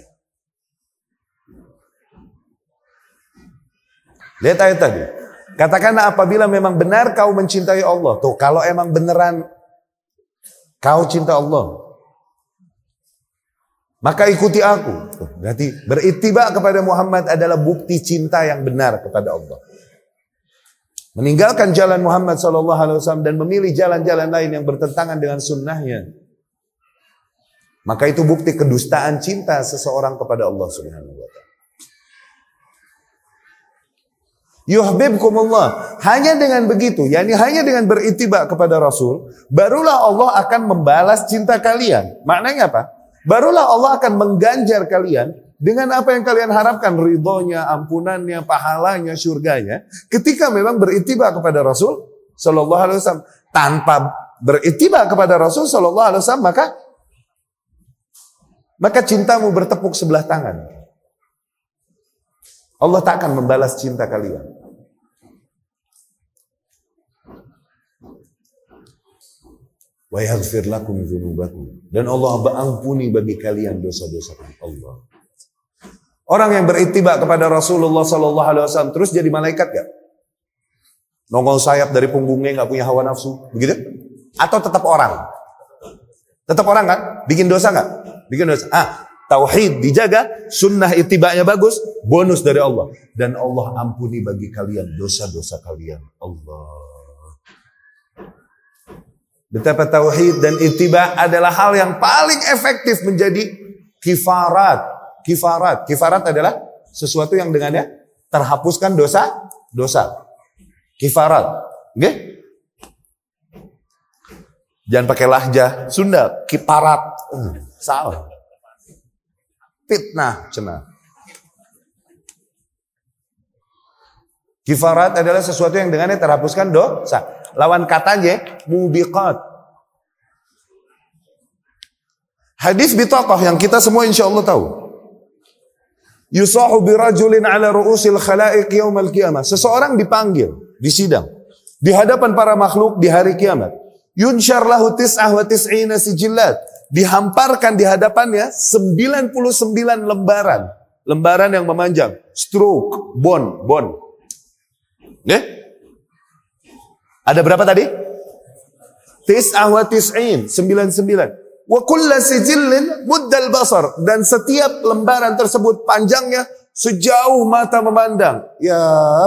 Lihat ayat tadi. Katakanlah apabila memang benar kau mencintai Allah. Tuh, kalau emang beneran kau cinta Allah, maka ikuti aku. Berarti berittiba kepada Muhammad adalah bukti cinta yang benar kepada Allah. Meninggalkan jalan Muhammad SAW dan memilih jalan-jalan lain yang bertentangan dengan sunnahnya, maka itu bukti kedustaan cinta seseorang kepada Allah Subhanahu wa taala. Yuhibbukumullah. Hanya dengan begitu, yakni hanya dengan berittiba kepada Rasul, barulah Allah akan membalas cinta kalian. Maknanya apa? Barulah Allah akan mengganjar kalian dengan apa yang kalian harapkan, ridhonya, ampunannya, pahalanya, surganya, ketika memang berittiba kepada Rasul sallallahu alaihi wasallam. Tanpa berittiba kepada Rasul sallallahu alaihi wasallam, maka cintamu bertepuk sebelah tangan. Allah tak akan membalas cinta kalian. Wa yaghfir lakum dzunubakum, dan Allah ampuni bagi kalian dosa-dosa Allah. Orang yang berittiba kepada Rasulullah sallallahu alaihi wasallam terus jadi malaikat gak? Nongol sayap dari punggungnya, gak punya hawa nafsu, begitu? Atau tetap orang? Tetap orang kan? Bikin dosa gak? Bikin dosa. Tauhid dijaga, sunnah ittiba'nya bagus, bonus dari Allah. Dan Allah ampuni bagi kalian dosa-dosa kalian. Allah. Betapa tauhid dan ittiba adalah hal yang paling efektif menjadi kifarat. Kifarat adalah sesuatu yang dengannya terhapuskan dosa. Kifarat. Oke? Jangan pakai lahjah Sunda, kiparat. Salah. Fitnah, cenah. Kifarat adalah sesuatu yang dengannya terhapuskan dosa. Lawan katanya mubiqat. Hadis bitaqah yang kita semua insya Allah tahu. Yusahu birajulin ala ru'usil khalaiq yaumal qiyamah. Seseorang dipanggil di sidang di hadapan para makhluk di hari kiamat. Yunsyar lahu tis'ah wa tis'ina sijillat. Dihamparkan di hadapannya 99 lembaran. Lembaran yang memanjang. Stroke, bond. Ada berapa tadi? Tis'ah wa tis'in, 99. Wa kulla sijillin muddal basar. Dan setiap lembaran tersebut panjangnya sejauh mata memandang. Ya.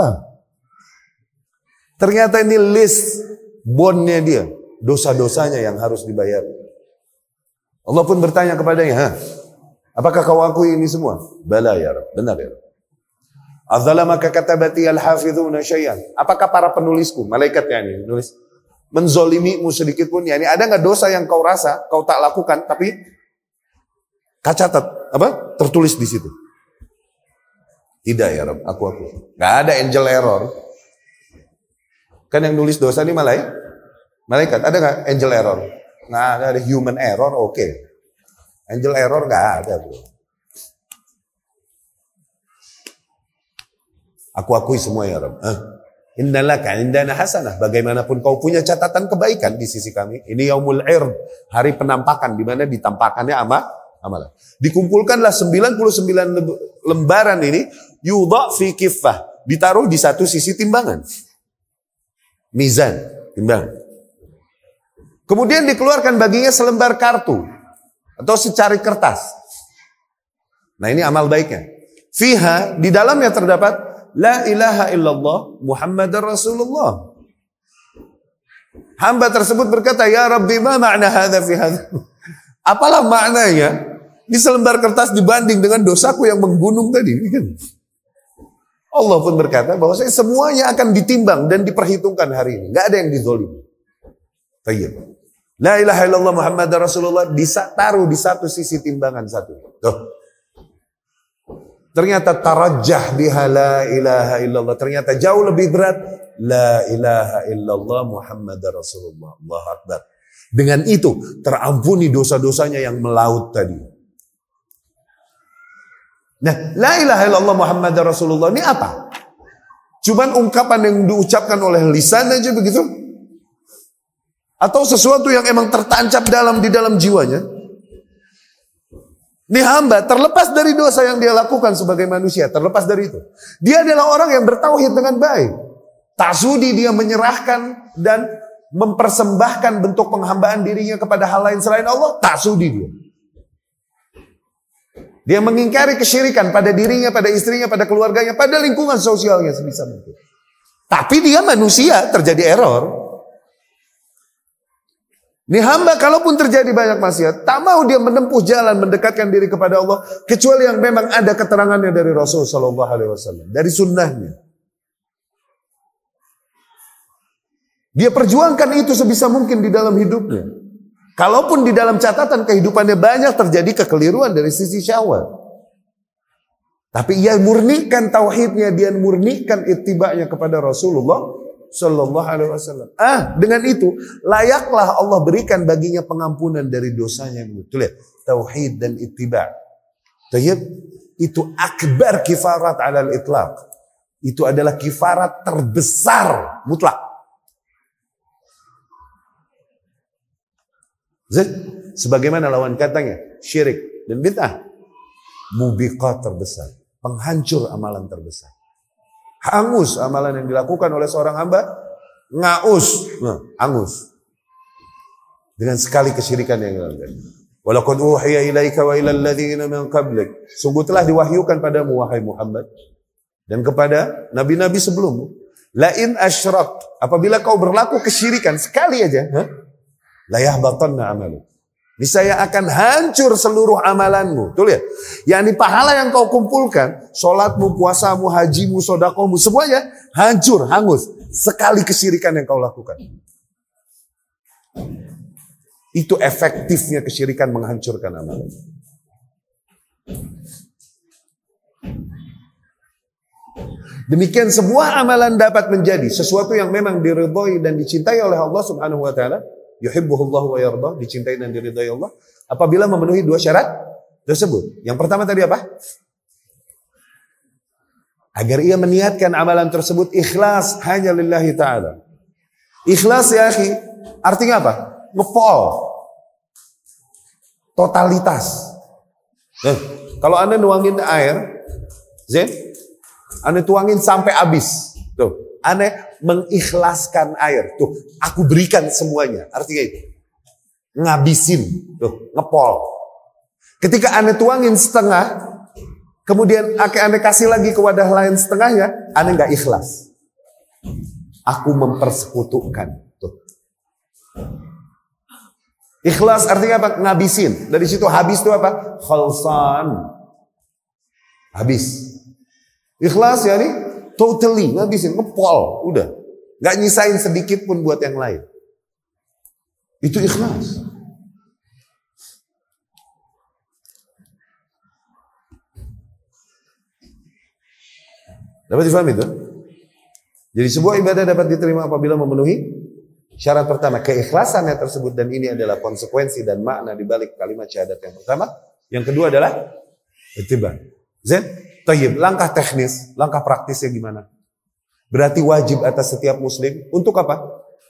Ternyata ini list bondnya dia. Dosa-dosanya yang harus dibayar. Allah pun bertanya kepadanya, apakah kau akui ini semua? Bala ya Rabb, benar ya Rabb. Azalamaka katabati al-hafidhuna syai'an. Apakah para penulisku, malaikatnya ini nulis, menzolimimu sedikit pun? Ya, ini ada nggak dosa yang kau rasa, kau tak lakukan, tapi catat, tertulis di situ? Tidak ya Rabb, aku. Nggak ada angel error. Kan yang nulis dosa ini Malaikat, ada nggak angel error? Nggak ada human error, oke. Angel error nggak ada, bro. Aku akui semua ya Rabb. Innalaka indana hasanah. Bagaimanapun kau punya catatan kebaikan di sisi kami. Ini yaumul ird, hari penampakan di mana ditampakkannya amalan. Dikumpulkanlah 99 lembaran ini, yudha fi kiffah, ditaruh di satu sisi timbangan. Mizan, timbangan. Kemudian dikeluarkan baginya selembar kartu atau secari kertas. Nah, ini amal baiknya. Fiha, di dalamnya terdapat la ilaha illallah Muhammadar Rasulullah. Hamba tersebut berkata, ya Rabbi, ma ma'na hadha fi hadha? Apalah maknanya di selembar kertas dibanding dengan dosaku yang menggunung tadi? Allah pun berkata bahwa semuanya akan ditimbang dan diperhitungkan hari ini. Gak ada yang dizolimi. Tayyib. La ilaha illallah Muhammadar Rasulullah ditaruh di satu sisi timbangan satu. Tuh. Ternyata tarajjah biha la ilaha illallah. Ternyata jauh lebih berat. La ilaha illallah Muhammadar Rasulullah. Allahu Akbar. Dengan itu terampuni dosa-dosanya yang melaut tadi. Nah, la ilaha illallah Muhammadar Rasulullah ini apa? Cuman ungkapan yang diucapkan oleh lisan aja begitu? Atau sesuatu yang emang tertancap di dalam jiwanya? Ini hamba terlepas dari dosa yang dia lakukan sebagai manusia, terlepas dari itu. Dia adalah orang yang bertauhid dengan baik. Tak sudi dia menyerahkan dan mempersembahkan bentuk penghambaan dirinya kepada hal lain selain Allah, tak sudi dia. Dia mengingkari kesyirikan pada dirinya, pada istrinya, pada keluarganya, pada lingkungan sosialnya sebisa mungkin. Tapi dia manusia, terjadi error. Ini hamba kalaupun terjadi banyak maksiat, tak mau dia menempuh jalan mendekatkan diri kepada Allah kecuali yang memang ada keterangannya dari Rasul Sallallahu Alaihi Wasallam, dari sunnahnya. Dia perjuangkan itu sebisa mungkin di dalam hidupnya. Kalaupun di dalam catatan kehidupannya banyak terjadi kekeliruan dari sisi syahwat, tapi ia murnikan tauhidnya, dia murnikan ittiba'nya kepada Rasulullah Sallallahu Alaihi Wasallam. Dengan itu layaklah Allah berikan baginya pengampunan dari dosanya. Betul ya? Tauhid dan ittiba'. Tayyib, itu akbar kifarat alal itlaq. Itu adalah kifarat terbesar mutlak. Sebagaimana lawan katanya syirik dan bid'ah, mubiqat terbesar, penghancur amalan terbesar. Hangus amalan yang dilakukan oleh seorang hamba, hangus dengan sekali kesyirikan yang dilakukan. Walaqad uhiya ilaika wa ilal ladzina min qablik. Sungguh telah diwahyukan padamu wahai Muhammad dan kepada nabi-nabi sebelummu. La in asyrak, apabila kau berlaku kesyirikan sekali aja, la yahbatanna amaluk. Niscaya akan hancur seluruh amalanmu. Tuh lihat. Yakni pahala yang kau kumpulkan, sholatmu, puasamu, hajimu, sodakomu, semuanya hancur, hangus. Sekali kesyirikan yang kau lakukan. Itu efektifnya kesyirikan menghancurkan amalan. Demikian sebuah amalan dapat menjadi sesuatu yang memang diridhoi dan dicintai oleh Allah Subhanahu wa taala. Yuhibbuhullahu wa yardah, dicintai dan diridhai Allah apabila memenuhi dua syarat tersebut. Yang pertama tadi apa? Agar ia meniatkan amalan tersebut ikhlas hanya lillahi ta'ala. Ikhlas ya akhi, artinya apa? Ngepol. Totalitas. Kalau Anda nuangin air, Anda tuangin sampai habis. Tuh. Aneh mengikhlaskan air. Tuh, aku berikan semuanya. Artinya itu. Ngabisin. Tuh, ngepol. Ketika aneh tuangin setengah, kemudian aneh kasih lagi ke wadah lain setengahnya, aneh gak ikhlas. Aku mempersekutukan. Tuh. Ikhlas artinya apa? Ngabisin. Dari situ habis itu apa? Khalsan. Habis. Ikhlas ya nih. Totally, ngabisin, ngepol, udah. Gak nyisain sedikit pun buat yang lain. Itu ikhlas. Dapat difahami itu? Jadi sebuah ibadah dapat diterima apabila memenuhi Syarat pertama, keikhlasannya tersebut, dan ini adalah konsekuensi dan makna di balik kalimat syahadat yang pertama. Yang kedua adalah ittiba. Zain? Tayyib, langkah teknis, langkah praktisnya gimana? Berarti wajib atas setiap muslim untuk apa?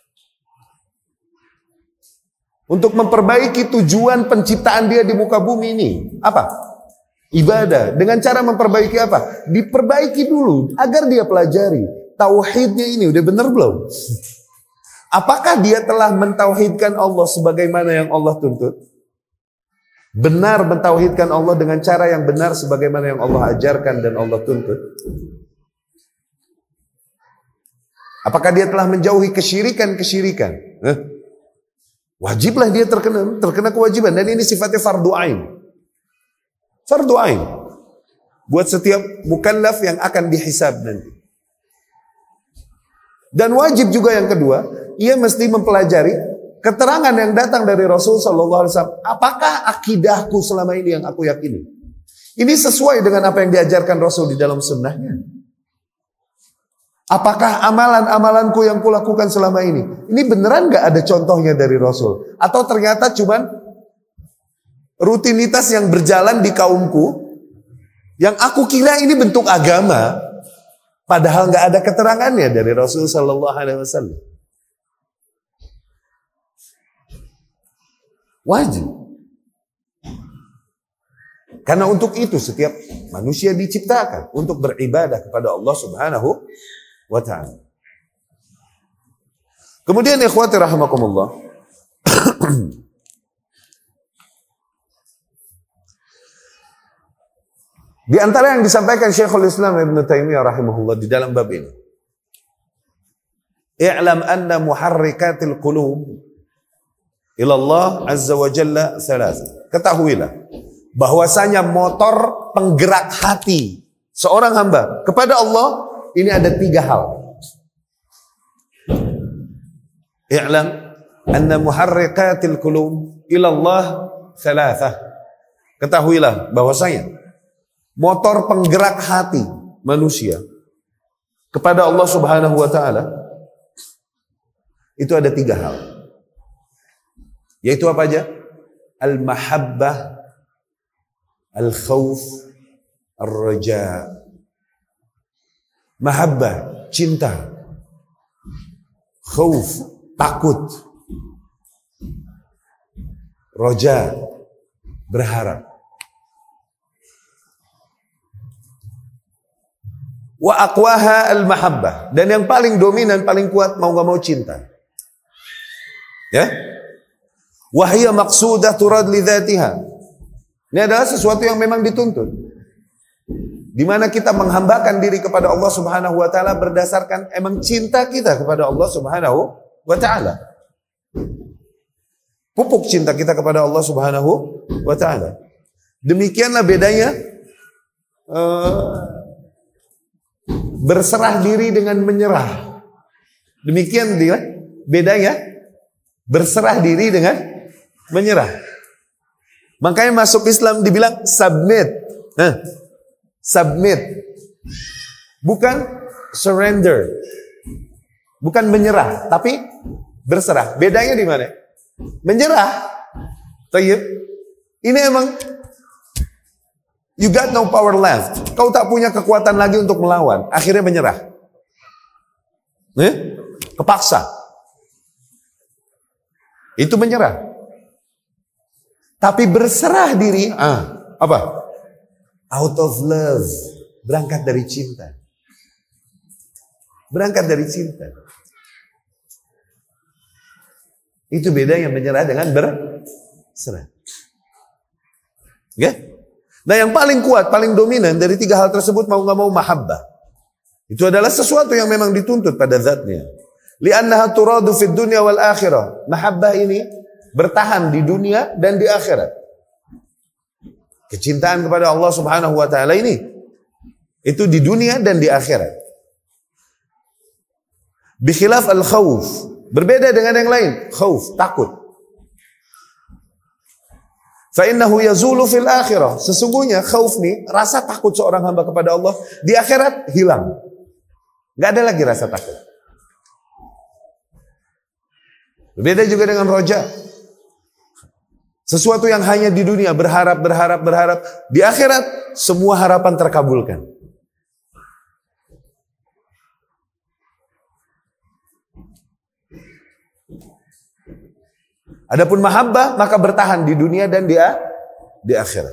Untuk memperbaiki tujuan penciptaan dia di muka bumi ini. Apa? Ibadah. Dengan cara memperbaiki apa? Diperbaiki dulu agar dia pelajari. Tauhidnya ini udah benar belum? Apakah dia telah mentauhidkan Allah sebagaimana yang Allah tuntut? Benar mentauhidkan Allah dengan cara yang benar sebagaimana yang Allah ajarkan dan Allah tuntut? Apakah dia telah menjauhi kesyirikan-kesyirikan? Wajiblah dia terkena kewajiban, dan ini sifatnya fardu ain. Fardu ain buat setiap mukallaf yang akan dihisab nanti. Dan wajib juga yang kedua, ia mesti mempelajari keterangan yang datang dari Rasul sallallahu alaihi wasallam. Apakah akidahku selama ini yang aku yakini ini sesuai dengan apa yang diajarkan Rasul di dalam sunnahnya? Apakah amalan-amalanku yang kulakukan selama ini beneran gak ada contohnya dari Rasul? Atau ternyata cuman rutinitas yang berjalan di kaumku yang aku kira ini bentuk agama, padahal gak ada keterangannya dari Rasul sallallahu alaihi wasallam. Wajib. Karena untuk itu setiap manusia diciptakan untuk beribadah kepada Allah Subhanahu wa ta'ala. Kemudian ikhwati rahimakumullah, di antara yang disampaikan Syekhul Islam Ibn Taimiyah rahimahullah di dalam bab ini, i'lam anna muharrikatil qulub ila Allah azza wa jalla thalatha. Ketahuilah bahwasanya motor penggerak hati seorang hamba kepada Allah ini ada 3 hal. I'lam anna muharrikatil qulub ila Allah thalatha. Ketahuilah bahwasanya motor penggerak hati manusia kepada Allah Subhanahu wa taala itu ada 3 hal. Yaitu apa aja? Al-mahabbah, al-khawf, ar-raja. Mahabbah, cinta. Khawf, takut. Raja, berharap. Wa aqwaha al-mahabbah. Dan yang paling dominan, paling kuat, mau gak mau cinta. Ya? Wahia maqsudah turad li dzatiha. Ini adalah sesuatu yang memang dituntut. Di mana kita menghambakan diri kepada Allah Subhanahu wa taala berdasarkan emang cinta kita kepada Allah Subhanahu wa taala. Pupuk cinta kita kepada Allah Subhanahu wa taala. Demikianlah bedanya berserah diri dengan menyerah. Demikian dia bedanya berserah diri dengan menyerah. Makanya masuk Islam dibilang submit. Submit. Bukan surrender. Bukan menyerah, tapi berserah. Bedanya di mana? Menyerah. Tayyib. Ini emang you got no power left. Kau tak punya kekuatan lagi untuk melawan. Akhirnya menyerah. Kepaksa. Itu menyerah. Tapi berserah diri, apa? Out of love. Berangkat dari cinta. Berangkat dari cinta. Itu beda yang menyerah dengan berserah. Okay? Nah yang paling kuat, paling dominan dari 3 hal tersebut mau gak mau mahabbah. Itu adalah sesuatu yang memang dituntut pada zatnya. Li'annaha turadu fid dunya wal akhirah. Mahabbah ini bertahan di dunia dan di akhirat. Kecintaan kepada Allah Subhanahu wa taala ini itu di dunia dan di akhirat. Bikhilaf al-khawf, berbeda dengan yang lain. Khauf, takut. Fa innahu yazulu fil akhirah. Sesungguhnya khauf nih, rasa takut seorang hamba kepada Allah di akhirat hilang. Enggak ada lagi rasa takut. Beda juga dengan roja. Sesuatu yang hanya di dunia, berharap. Di akhirat, semua harapan terkabulkan. Adapun mahabbah, maka bertahan di dunia dan di akhirat.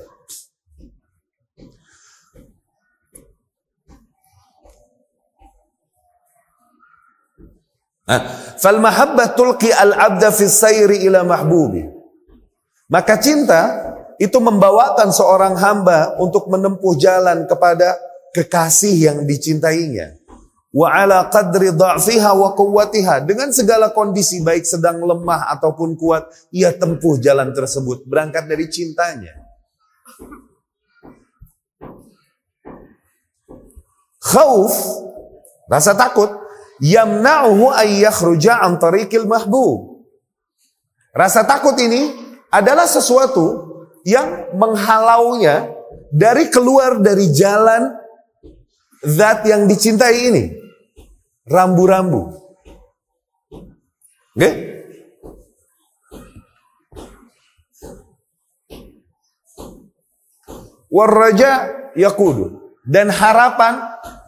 Fal mahabbah tulqi al-abda fi sayri ila mahbubi. Maka cinta itu membawakan seorang hamba untuk menempuh jalan kepada kekasih yang dicintainya. Wa ala qadri dha'fiha wa quwwatiha, dengan segala kondisi baik sedang lemah ataupun kuat, ia tempuh jalan tersebut berangkat dari cintanya. Khauf, rasa takut, yamna'uhu ay yakhruja an tariqil mahbub. Rasa takut ini adalah sesuatu yang menghalaunya dari keluar dari jalan zat yang dicintai ini. Rambu-rambu. Oke? Warraja yaqudu. Dan harapan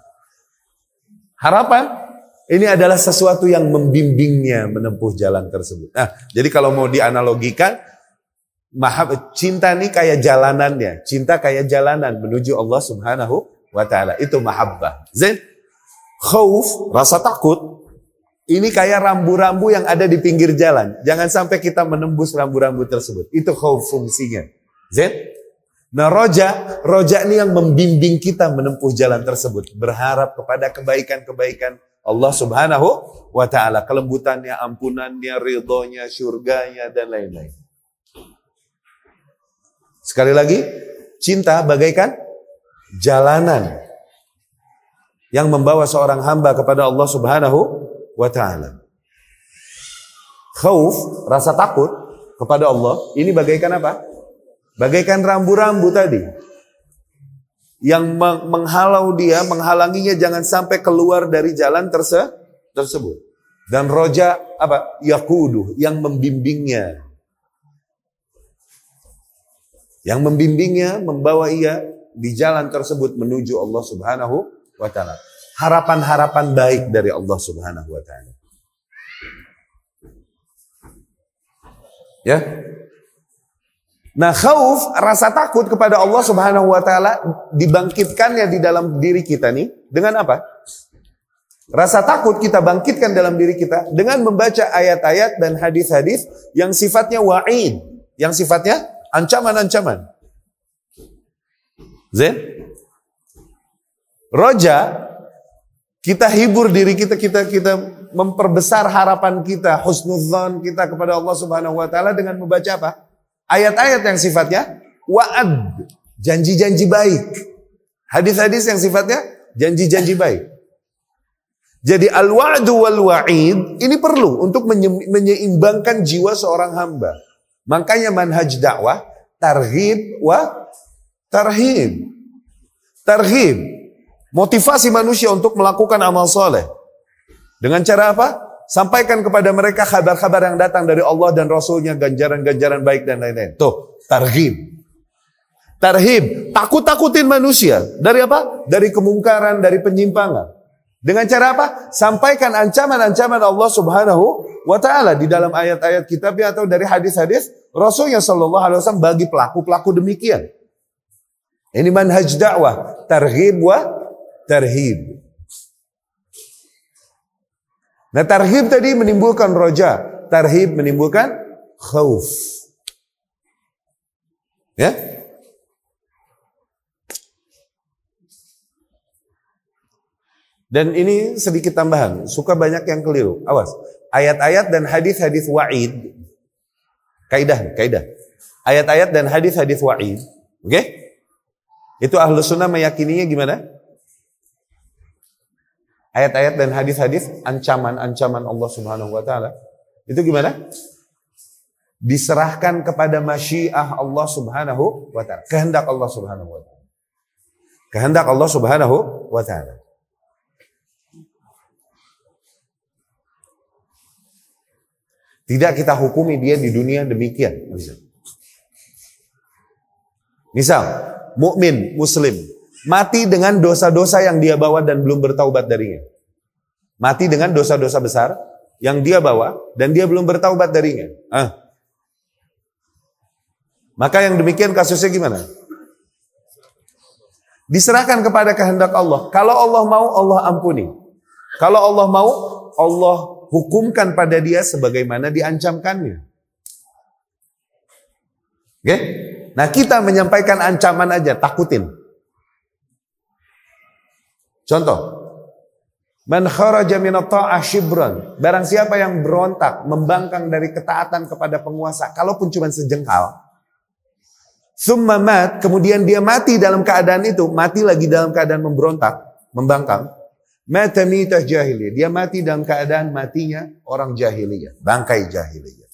ini adalah sesuatu yang membimbingnya menempuh jalan tersebut. Nah, jadi kalau mau dianalogikan, cinta ini kayak jalanannya. Cinta kayak jalanan menuju Allah Subhanahu wa ta'ala. Itu mahabbah. Zain? Khauf, rasa takut, ini kayak rambu-rambu yang ada di pinggir jalan. Jangan sampai kita menembus rambu-rambu tersebut. Itu khauf fungsinya. Zain? Nah, roja ini yang membimbing kita menempuh jalan tersebut. Berharap kepada kebaikan-kebaikan Allah Subhanahu wa ta'ala. Kelembutannya, ampunannya, ridhonya, syurganya, dan lain-lain. Sekali lagi, cinta bagaikan jalanan yang membawa seorang hamba kepada Allah Subhanahu wa ta'ala. Khauf, rasa takut kepada Allah, ini bagaikan apa? Bagaikan rambu-rambu tadi. Yang menghalanginya jangan sampai keluar dari jalan tersebut. Dan roja apa? Yaqudu, yang membimbingnya. Yang membimbingnya, membawa ia di jalan tersebut menuju Allah Subhanahu wa ta'ala. Harapan-harapan baik dari Allah Subhanahu wa ta'ala. Ya. Nah, khauf, rasa takut kepada Allah Subhanahu wa ta'ala dibangkitkannya di dalam diri kita nih dengan apa? Rasa takut kita bangkitkan dalam diri kita dengan membaca ayat-ayat dan hadis-hadis yang sifatnya wa'id, yang sifatnya ancaman-ancaman. Zain? Roja, kita hibur diri kita memperbesar harapan kita, husnudzan kita kepada Allah Subhanahu wa ta'ala dengan membaca apa? Ayat-ayat yang sifatnya wa'ad, janji-janji baik. Hadis-hadis yang sifatnya janji-janji baik. Jadi al-wa'du wal-wa'id ini perlu untuk menyeimbangkan jiwa seorang hamba. Makanya manhaj dakwah targhib wa tarhib. Targhib, motivasi manusia untuk melakukan amal soleh. Dengan cara apa? Sampaikan kepada mereka kabar-kabar yang datang dari Allah dan Rasulnya, ganjaran-ganjaran baik dan lain-lain. Tuh, targhib. Tarhib, takut-takutin manusia. Dari apa? Dari kemungkaran, dari penyimpangan. Dengan cara apa? Sampaikan ancaman-ancaman Allah Subhanahu wa ta'ala di dalam ayat-ayat kitabnya atau dari hadis-hadis Rasulnya sallallahu alaihi wasallam bagi pelaku-pelaku demikian. Ini manhaj dakwah, targhib wa tarhib. Nah, tarhib tadi menimbulkan roja, tarhib menimbulkan khauf. Ya? Dan ini sedikit tambahan, suka banyak yang keliru. Awas, ayat-ayat dan hadis-hadis wa'id. Kaidah. Ayat-ayat dan hadis-hadis wa'id. Oke? Itu Ahlus Sunnah meyakininya gimana? Ayat-ayat dan hadis-hadis ancaman-ancaman Allah Subhanahu wa ta'ala. Itu gimana? Diserahkan kepada masyiah Allah Subhanahu wa ta'ala. Kehendak Allah Subhanahu wa ta'ala. Kehendak Allah Subhanahu wa ta'ala. Tidak kita hukumi dia di dunia demikian. Misal, mukmin, muslim, mati dengan dosa-dosa yang dia bawa dan belum bertaubat darinya. Mati dengan dosa-dosa besar yang dia bawa dan dia belum bertaubat darinya. Maka yang demikian kasusnya gimana? Diserahkan kepada kehendak Allah. Kalau Allah mau, Allah ampuni. Kalau Allah mau, Allah hukumkan pada dia sebagaimana diancamkannya. Oke? Nah, kita menyampaikan ancaman aja, takutin. Contoh, man kharaja minat ta'ah shibran. Barang siapa yang berontak, membangkang dari ketaatan kepada penguasa, kalaupun cuma sejengkal, summa mat, kemudian dia mati dalam keadaan itu, mati lagi dalam keadaan memberontak, membangkang, mata mitah jahiliyah. Dia mati dalam keadaan matinya orang jahiliyah, bangkai jahiliyah.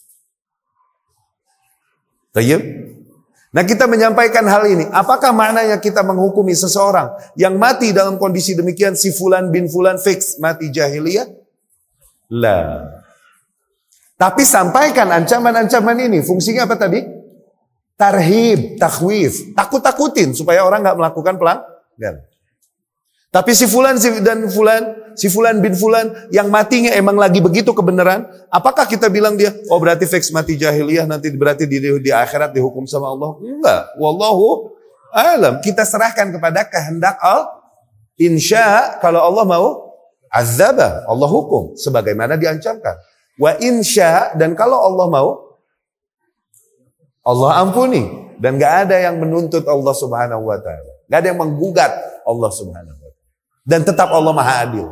Tayyib? Nah, kita menyampaikan hal ini. Apakah maknanya kita menghukumi seseorang yang mati dalam kondisi demikian, si fulan bin fulan fix mati jahiliyah? Lah. Tapi sampaikan ancaman-ancaman ini. Fungsinya apa tadi? Tarhib, takhwif. Takut-takutin supaya orang nggak melakukan pelanggaran. Tapi si fulan bin fulan yang matinya emang lagi begitu kebenaran, apakah kita bilang dia, oh berarti fix mati jahiliyah, nanti berarti di akhirat dihukum sama Allah? Enggak. Wallahu alam. Kita serahkan kepada kehendak Allah. Insya kalau Allah mau, azabah, Allah hukum sebagaimana diancamkan. Wa insya, dan kalau Allah mau, Allah ampuni. Dan gak ada yang menuntut Allah subhanahu wa ta'ala. Gak ada yang menggugat Allah subhanahu wa ta'ala. Dan tetap Allah maha adil.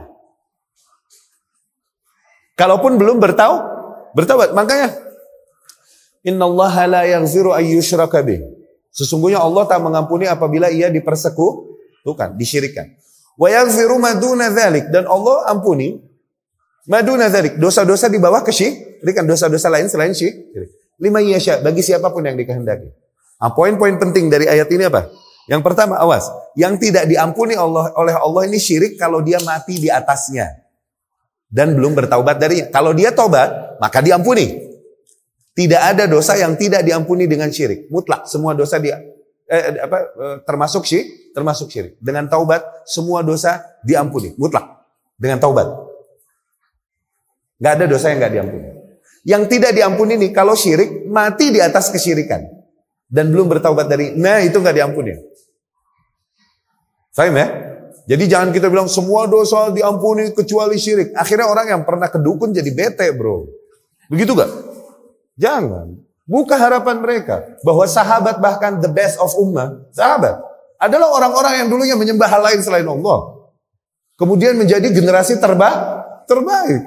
Kalaupun belum bertaubat. Makanya, innallaha la yaghfiru ayyushraka bih. Sesungguhnya Allah tak mengampuni apabila ia dipersekutukan, disyirikkan. Wa yaghfiru maduna dzalik, dan Allah ampuni maduna dzalik, dosa-dosa di bawah kesyirikan, dosa-dosa lain selain syirik. Liman yasha, bagi siapapun yang dikehendaki. Nah, poin-poin penting dari ayat ini apa? Yang pertama, awas, yang tidak diampuni oleh Allah ini syirik kalau dia mati di atasnya dan belum bertaubat darinya. Kalau dia taubat, maka diampuni. Tidak ada dosa yang tidak diampuni dengan syirik. Mutlak, semua dosa termasuk syirik. Dengan taubat, semua dosa diampuni. Mutlak, dengan taubat. Gak ada dosa yang gak diampuni. Yang tidak diampuni nih, kalau syirik, mati di atas kesyirikan dan belum bertaubat dari, nah itu gak diampuni. Faham ya? Jadi jangan kita bilang semua dosa diampuni kecuali syirik. Akhirnya orang yang pernah ke dukun jadi bete, bro. Begitu gak? Jangan. Buka harapan mereka bahwa sahabat, bahkan the best of ummah, sahabat adalah orang-orang yang dulunya menyembah hal lain selain Allah. Kemudian menjadi generasi terbaik.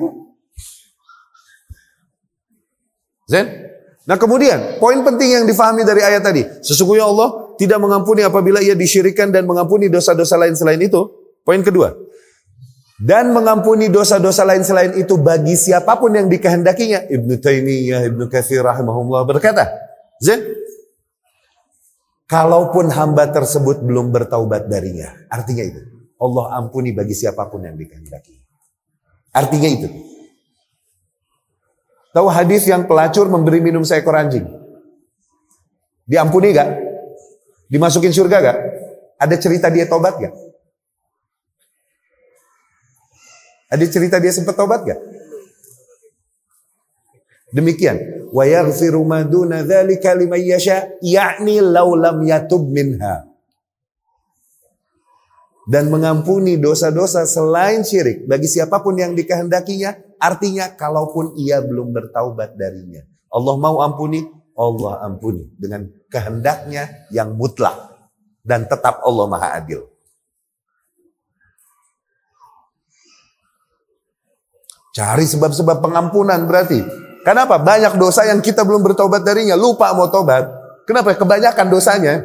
Zen? Nah kemudian, poin penting yang difahami dari ayat tadi. Sesungguhnya Allah tidak mengampuni apabila ia disyirikkan dan mengampuni dosa-dosa lain selain itu. Poin kedua. Dan mengampuni dosa-dosa lain selain itu bagi siapapun yang dikehendakinya. Ibnu Taimiyah, Ibnu Katsir rahimahullah berkata, Zen, kalaupun hamba tersebut belum bertaubat darinya. Artinya itu. Allah ampuni bagi siapapun yang dikehendaki. Artinya itu. Tahu hadis yang pelacur memberi minum seekor anjing? Diampuni gak? Dimasukin surga gak? Ada cerita dia tobat gak? Ada cerita dia sempat tobat gak? Demikian. Wa yaghfiru ma duna dzalika liman yasha, yakni law lam yatub minha. Dan mengampuni dosa-dosa selain syirik bagi siapapun yang dikehendakinya, artinya kalaupun ia belum bertaubat darinya. Allah mau ampuni, Allah ampuni dengan kehendaknya yang mutlak dan tetap Allah maha adil. Cari sebab-sebab pengampunan berarti. Kenapa? Banyak dosa yang kita belum bertaubat darinya, lupa mau tobat. Kenapa? Kebanyakan dosanya.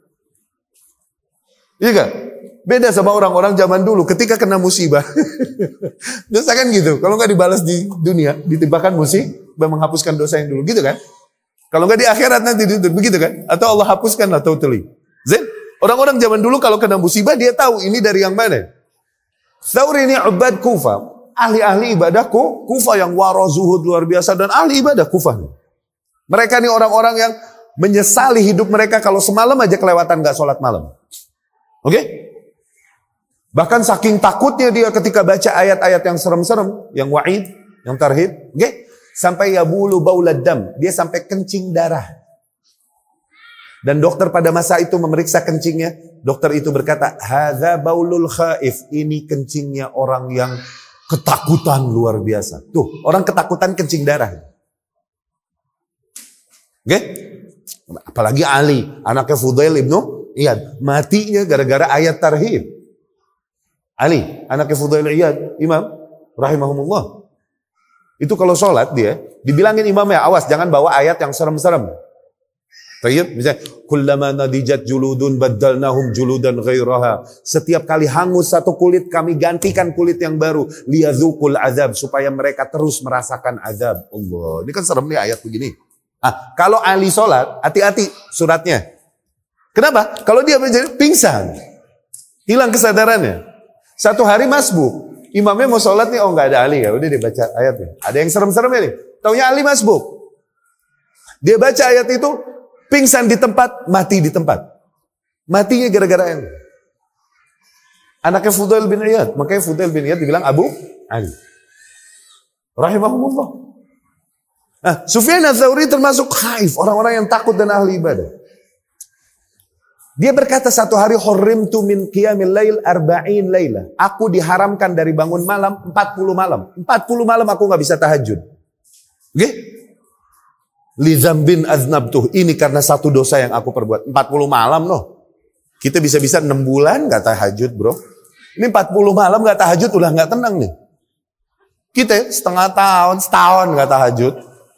Iya gak? Beda sama orang-orang zaman dulu ketika kena musibah. Dosa kan gitu. Kalau nggak dibalas di dunia, ditimpakan musibah menghapuskan dosa yang dulu. Gitu kan? Kalau nggak di akhirat nanti begitu kan? Atau Allah hapuskan lah totally. Zen? Orang-orang zaman dulu kalau kena musibah dia tahu ini dari yang mana. Thawr ini ubad Kufah. Ahli-ahli ibadah Kufah yang waro zuhud luar biasa dan ahli ibadah Kufah. Mereka ini orang-orang yang menyesali hidup mereka kalau semalam aja kelewatan gak sholat malam. Oke? Bahkan saking takutnya dia ketika baca ayat-ayat yang serem-serem, yang wa'id, yang tarhib, oke? Sampai yabulu baulad dam, dia sampai kencing darah. Dan dokter pada masa itu memeriksa kencingnya, dokter itu berkata, hadza baulul khaif, ini kencingnya orang yang ketakutan luar biasa. Tuh, orang ketakutan kencing darah. Oke? Apalagi Ali, anaknya Fudail ibnu Iyad, matinya gara-gara ayat tarhib. Ali, anaknya Fudail Iyad, imam, rahimahumullah. Itu kalau sholat dia, dibilangin imamnya, awas jangan bawa ayat yang serem-serem. Tayyib, misalnya, kullama nadijat juludun baddalnahum juludan ghairaha. Setiap kali hangus satu kulit, kami gantikan kulit yang baru. Liyadzukul azab, supaya mereka terus merasakan azab. Allah, ini kan serem nih ayat begini. Kalau Ali sholat, hati-hati suratnya. Kenapa? Kalau dia menjadi pingsan, hilang kesadarannya. Satu hari masbuk, imamnya mau sholat nih, oh nggak ada Ali ya, udah dia baca ayatnya. Ada yang serem-seremnya nih, taunya Ali masbuk. Dia baca ayat itu, pingsan di tempat, mati di tempat. Matinya gara-gara yang anaknya Fudail bin Iyad, makanya Fudail bin Iyad dibilang Abu Ali. Rahimahumullah. Nah, Sufyan Ats-Tsauri termasuk khaif, orang-orang yang takut dan ahli ibadah. Dia berkata satu hari, hurrimtu min qiyamil lail arba'in laila. Aku diharamkan dari bangun malam 40 malam. 40 malam aku gak bisa tahajud. Oke? Li dzambin aznabtuh. Ini karena satu dosa yang aku perbuat. 40 malam loh. Kita bisa-bisa 6 bulan gak tahajud, bro. Ini 40 malam gak tahajud udah gak tenang nih. Kita setengah tahun, setahun gak tahajud.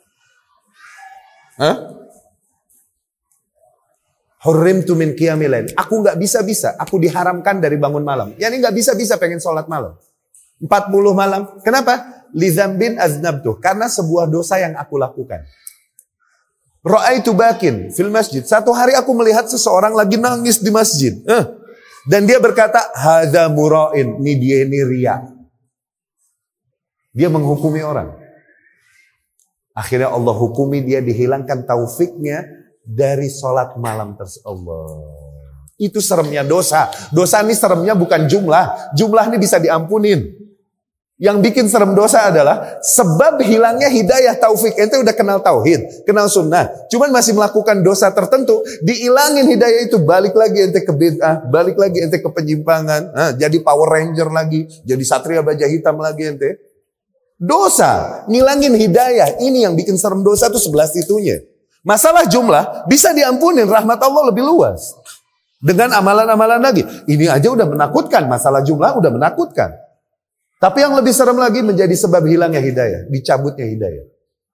Hurrimtu min qiyamil lail. Aku nggak bisa-bisa, aku diharamkan dari bangun malam. Yani nggak bisa-bisa pengen sholat malam. 40 malam. Kenapa? Li dzambin aznabtuh. Karena sebuah dosa yang aku lakukan. Ra'aitu bakin fil masjid. Satu hari aku melihat seseorang lagi nangis di masjid. Dan dia berkata, hadza mura'in. Ini riya. Dia menghukumi orang. Akhirnya Allah hukumi dia dihilangkan taufiknya dari sholat malam tersebut. Allah. Itu seremnya dosa. Dosa ini seremnya bukan jumlah. Jumlah ini bisa diampunin. Yang bikin serem dosa adalah sebab hilangnya hidayah taufik. Ente udah kenal tauhid, kenal sunnah. Cuman masih melakukan dosa tertentu. Diilangin hidayah itu. Balik lagi ente ke bid'ah. Balik lagi ente ke penyimpangan. Jadi Power Ranger lagi. Jadi Satria Baja Hitam lagi ente. Dosa, ngilangin hidayah. Ini yang bikin serem dosa tuh 11 itunya. Masalah jumlah bisa diampunin, rahmat Allah lebih luas. Dengan amalan-amalan lagi. Ini aja udah menakutkan, masalah jumlah udah menakutkan. Tapi yang lebih serem lagi menjadi sebab hilangnya hidayah, dicabutnya hidayah.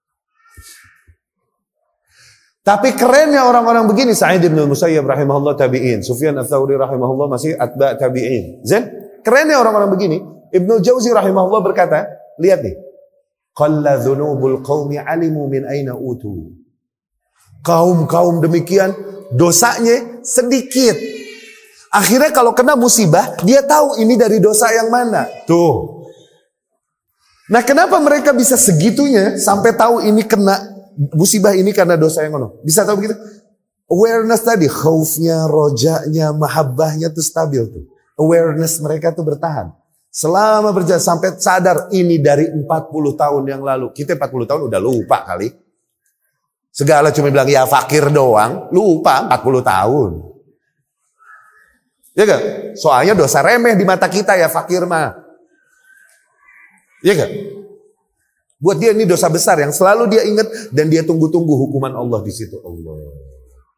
Tapi kerennya orang-orang begini, Sa'id bin Musayyab rahimahullah tabi'in, Sufyan Ats-Tsauri rahimahullah masih atba' tabi'in. Kerennya orang-orang begini, Ibnu Jauzi rahimahullah berkata, lihat nih. Qalla dzunubul qaumi alimu min aina utu. Kaum-kaum demikian dosanya sedikit. Akhirnya kalau kena musibah, dia tahu ini dari dosa yang mana. Tuh. Nah, kenapa mereka bisa segitunya sampai tahu ini kena musibah ini karena dosa yang mana? Bisa tahu begitu? Awareness tadi, khaufnya, rojanya, mahabbahnya tuh stabil tuh. Awareness mereka tuh bertahan. Selama berjalan sampai sadar ini dari 40 tahun yang lalu. Kita 40 tahun udah lupa kali. Segala cuma bilang ya fakir doang. Lupa 40 tahun. Ya gak? Soalnya dosa remeh di mata kita ya fakir mah. Ya gak? Buat dia ini dosa besar yang selalu dia ingat. Dan dia tunggu-tunggu hukuman Allah di situ. Allah.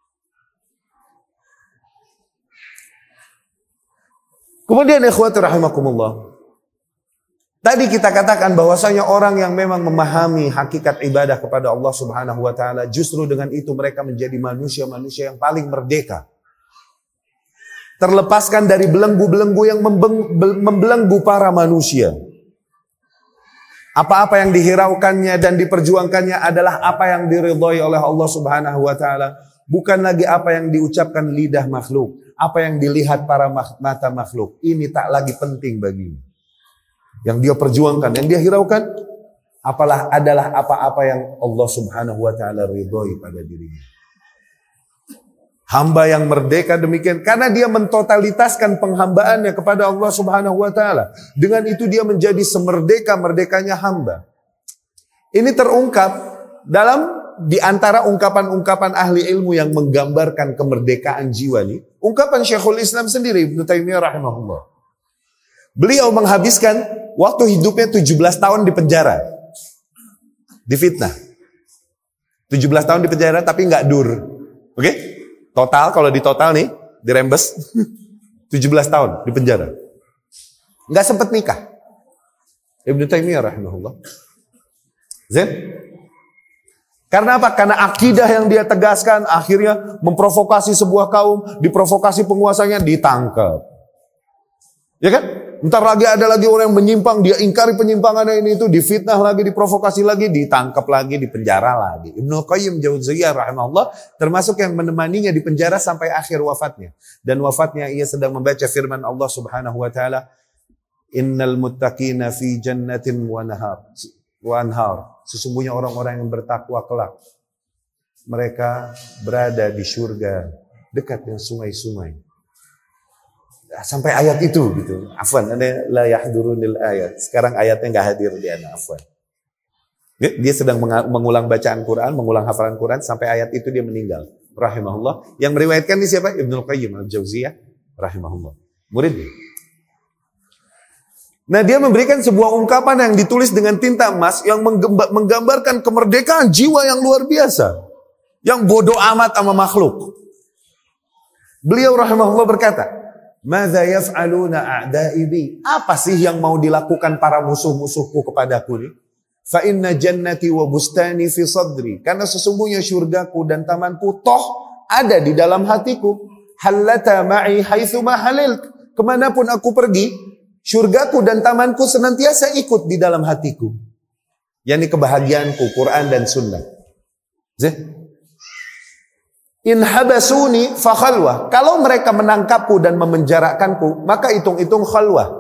Kemudian ikhwati rahimakumullah. Tadi kita katakan bahwasanya orang yang memang memahami hakikat ibadah kepada Allah Subhanahu wa taala, justru dengan itu mereka menjadi manusia-manusia yang paling merdeka. Terlepaskan dari belenggu-belenggu yang membelenggu para manusia. Apa-apa yang dihiraukannya dan diperjuangkannya adalah apa yang diridhai oleh Allah Subhanahu wa taala, bukan lagi apa yang diucapkan lidah makhluk. Apa yang dilihat para mata makhluk. Ini tak lagi penting baginya. yang dia perjuangkan, yang dia hiraukan adalah apa-apa yang Allah Subhanahu wa taala ridhoi pada dirinya. Hamba yang merdeka demikian karena dia mentotalitaskan penghambaannya kepada Allah Subhanahu wa taala. Dengan itu dia menjadi semerdeka-merdekanya hamba. Ini terungkap di antara ungkapan-ungkapan ahli ilmu yang menggambarkan kemerdekaan jiwa ini. Ungkapan Syekhul Islam sendiri, Ibnu Taimiyah rahimahullah. Beliau menghabiskan waktu hidupnya 17 tahun di penjara. Difitnah. 17 tahun di penjara tapi nggak dur. Oke? Total, kalau di total nih, dirembes 17 tahun di penjara. Nggak sempat nikah. Ibnu Taimiyah rahimahullah. Zain? Karena apa? Karena akidah yang dia tegaskan akhirnya memprovokasi sebuah kaum, diprovokasi penguasanya, ditangkap. Ya kan? Ntar lagi ada lagi orang yang menyimpang, dia ingkari penyimpangannya ini itu, difitnah lagi, diprovokasi lagi, ditangkap lagi, dipenjara lagi. Ibnu Qayyim Jauziyah rahimahullah termasuk yang menemaninya di penjara sampai akhir wafatnya. Dan wafatnya ia sedang membaca firman Allah Subhanahu wa taala, "Innal muttaqina fi jannatin wa anhar." Sesungguhnya orang-orang yang bertakwa kelak mereka berada di surga dekat dengan sungai-sungai. Sampai ayat itu gitu. Afwan, ada la yahdurunil ayat. Sekarang ayatnya enggak hadir di ana, afwan. Dia sedang mengulang bacaan Quran, mengulang hafalan Quran sampai ayat itu dia meninggal. Rahimahullah. Yang meriwayatkan ini siapa? Ibnu Qayyim Al-Jauziyah rahimahullah. Muridnya. Nah, dia memberikan sebuah ungkapan yang ditulis dengan tinta emas yang menggambarkan kemerdekaan jiwa yang luar biasa. Yang bodoh amat sama makhluk. Beliau rahimahullah berkata, "Madza yaf'aluna a'da'i bi?" Apa sih yang mau dilakukan para musuh-musuhku kepadaku ini? Fa inna jannati wa bustani fi sadri. Karena sesungguhnya syurgaku dan tamanku toh ada di dalam hatiku. Hallata ma'i haitsu ma halil. Kemanapun aku pergi, syurgaku dan tamanku senantiasa ikut di dalam hatiku. Yani kebahagiaanku, Quran dan Sunnah. In habasuni fa khalwah. Kalau mereka menangkapku dan memenjarakanku, maka hitung-hitung khalwah.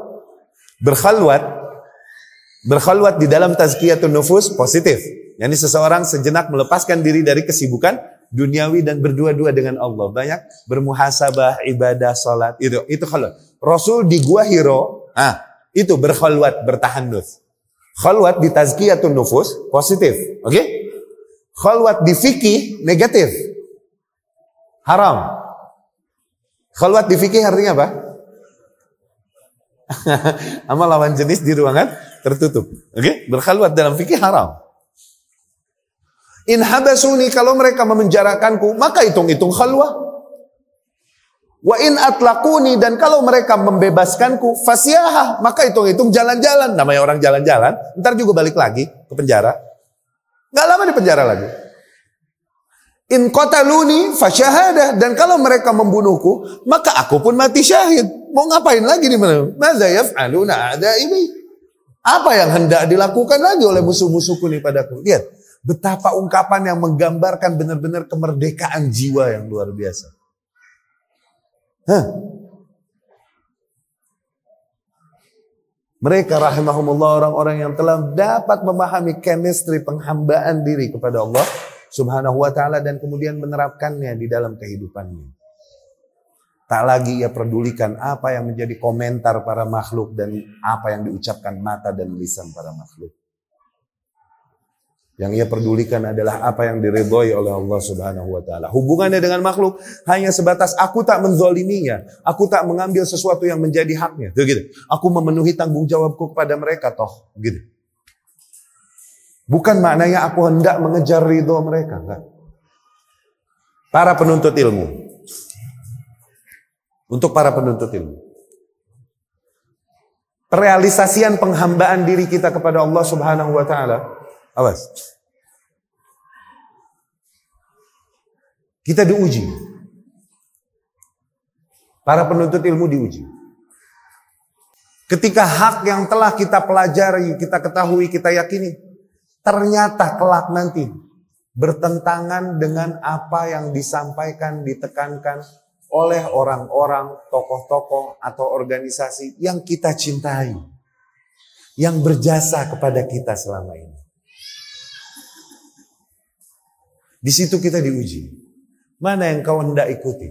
Berkhalwat di dalam tazkiyatun nufus positif. Yani seseorang sejenak melepaskan diri dari kesibukan duniawi dan berdua-dua dengan Allah. Banyak bermuhasabah, ibadah, salat. Itu khalwat. Rasul di Gua Hiro, itu berkhalwat, bertahannuts. Khalwat di tazkiyatun nufus positif. Oke? Khalwat di fikih negatif. Haram. Khalwat di fikih artinya apa? Amal lawan jenis di ruangan tertutup. Oke? Berkhalwat dalam fikih haram. In habasuni, kalau mereka memenjarakanku, maka hitung-hitung khalwah. Wa in atlaquni, dan kalau mereka membebaskanku, fasyaha, maka hitung-hitung jalan-jalan. Namanya orang jalan-jalan, ntar juga balik lagi ke penjara. Gak lama di penjara lagi. In qataluni fasyahadah, dan kalau mereka membunuhku, maka aku pun mati syahid. Mau ngapain lagi di mana? Madza yaf'aluna a'da'i? Apa yang hendak dilakukan lagi oleh musuh-musuhku nih padaku? Lihat betapa ungkapan yang menggambarkan benar-benar kemerdekaan jiwa yang luar biasa. Mereka rahimahumullah orang-orang yang telah dapat memahami chemistry penghambaan diri kepada Allah Subhanahu wa ta'ala dan kemudian menerapkannya di dalam kehidupannya. Tak lagi ia pedulikan apa yang menjadi komentar para makhluk dan apa yang diucapkan mata dan lisan para makhluk. Yang ia pedulikan adalah apa yang diridhoi oleh Allah Subhanahu wa ta'ala. Hubungannya dengan makhluk hanya sebatas aku tak menzaliminya, aku tak mengambil sesuatu yang menjadi haknya. Tuh gitu. Aku memenuhi tanggung jawabku kepada mereka toh, gitu. Bukan maknanya aku hendak mengejar ridho mereka, enggak. Para penuntut ilmu. Untuk para penuntut ilmu. Perealisasian penghambaan diri kita kepada Allah Subhanahu wa ta'ala. Awas. Kita diuji. Para penuntut ilmu diuji. Ketika hak yang telah kita pelajari, kita ketahui, kita yakini, ternyata kelak nanti bertentangan dengan apa yang disampaikan, ditekankan oleh orang-orang, tokoh-tokoh atau organisasi yang kita cintai. yang berjasa kepada kita selama ini. Di situ kita diuji. Mana yang kau hendak ikuti?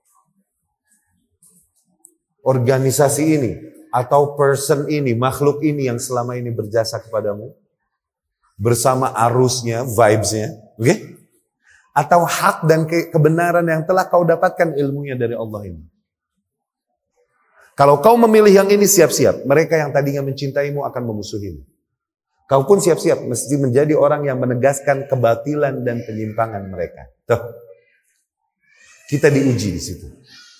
Organisasi ini atau person ini, makhluk ini yang selama ini berjasa kepadamu bersama arusnya, vibes-nya, oke? Atau hak dan kebenaran yang telah kau dapatkan ilmunya dari Allah ini. Kalau kau memilih yang ini, siap-siap. Mereka yang tadinya mencintaimu akan memusuhimu. Kau pun siap-siap mesti menjadi orang yang menegaskan kebatilan dan penyimpangan mereka. Tuh. Kita diuji di situ.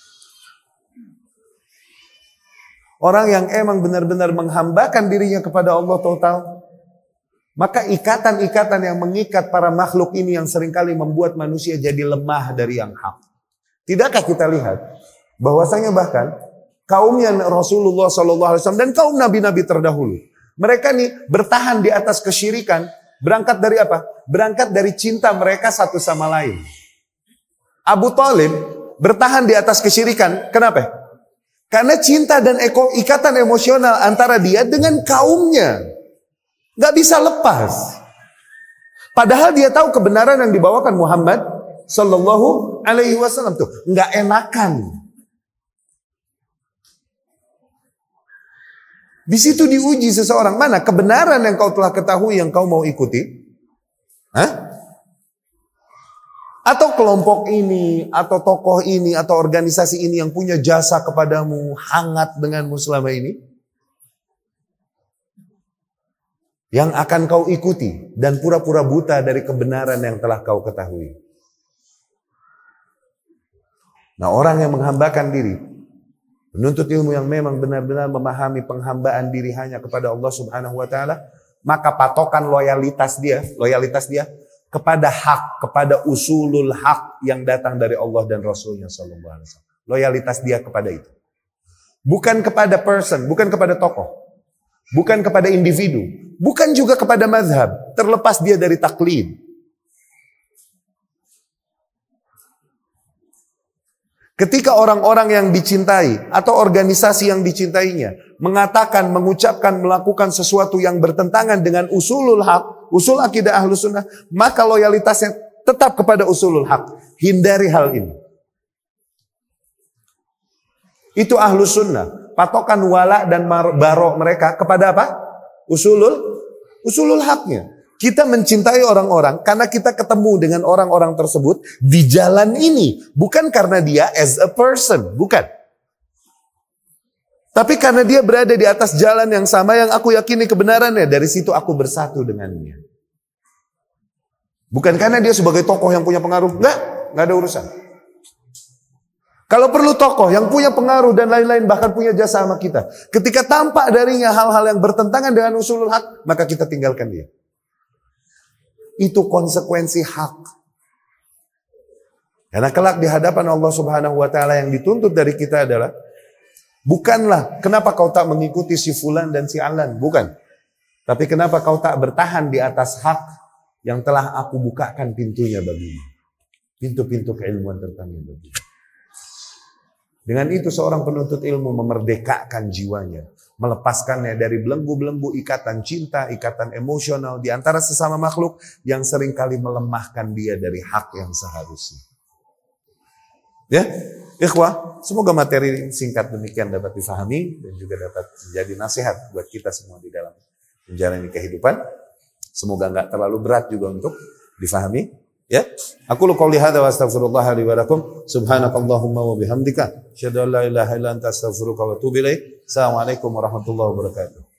Orang yang emang benar-benar menghambakan dirinya kepada Allah total, maka ikatan-ikatan yang mengikat para makhluk ini yang seringkali membuat manusia jadi lemah dari yang hak. Tidakkah kita lihat bahwasanya bahkan kaumnya Rasulullah SAW dan kaum nabi-nabi terdahulu, mereka nih bertahan di atas kesyirikan, berangkat dari apa? Berangkat dari cinta mereka satu sama lain. Abu Thalib bertahan di atas kesyirikan, kenapa? Karena cinta dan ikatan emosional antara dia dengan kaumnya. Gak bisa lepas. Padahal dia tahu kebenaran yang dibawakan Muhammad Sallallahu Alaihi Wasallam tuh gak enakan. Di situ diuji seseorang, mana kebenaran yang kau telah ketahui yang kau mau ikuti? Hah? Atau kelompok ini, atau tokoh ini, atau organisasi ini yang punya jasa kepadamu, hangat denganmu selama ini? Yang akan kau ikuti dan pura-pura buta dari kebenaran yang telah kau ketahui. Nah, orang yang menghambakan diri, menuntut ilmu yang memang benar-benar memahami penghambaan diri hanya kepada Allah Subhanahu wa taala, maka patokan loyalitas dia kepada hak, kepada usulul hak yang datang dari Allah dan Rasulnya sallallahu alaihi wasallam. Loyalitas dia kepada itu. Bukan kepada person, bukan kepada tokoh, bukan kepada individu, bukan juga kepada mazhab, terlepas dia dari taklid. Ketika orang-orang yang dicintai atau organisasi yang dicintainya mengatakan, mengucapkan, melakukan sesuatu yang bertentangan dengan usulul haq, usul akidah Ahlus Sunnah, maka loyalitasnya tetap kepada usulul haq. Hindari hal ini. Itu Ahlus Sunnah. Patokan wala dan barok mereka kepada apa? Usulul haqnya. Kita mencintai orang-orang karena kita ketemu dengan orang-orang tersebut di jalan ini. Bukan karena dia as a person. Bukan. Tapi karena dia berada di atas jalan yang sama yang aku yakini kebenarannya. Dari situ aku bersatu dengannya. Bukan karena dia sebagai tokoh yang punya pengaruh. Enggak ada urusan. Kalau perlu tokoh yang punya pengaruh dan lain-lain, bahkan punya jasa sama kita. Ketika tampak darinya hal-hal yang bertentangan dengan usulul haq, maka kita tinggalkan dia. Itu konsekuensi hak. Karena kelak di hadapan Allah Subhanahu wa taala yang dituntut dari kita adalah bukanlah kenapa kau tak mengikuti si fulan dan si alan, bukan. Tapi kenapa kau tak bertahan di atas hak yang telah aku bukakan pintunya bagimu. Pintu-pintu keilmuan tentangnya bagimu. Dengan itu seorang penuntut ilmu memerdekakan jiwanya, melepaskannya dari belenggu-belenggu ikatan cinta, ikatan emosional di antara sesama makhluk yang seringkali melemahkan dia dari hak yang seharusnya. Ya, ikhwah, semoga materi singkat demikian dapat difahami dan juga dapat menjadi nasihat buat kita semua di dalam menjalani kehidupan. Semoga enggak terlalu berat juga untuk difahami. Ya, aku qouli hadza wa astaghfirullah li wa lakum. Subhanakallahumma wa bihamdika, asyhadu an la ilaha illa anta astaghfiruka wa atubu ilaik. Assalamualaikum warahmatullahi wabarakatuh.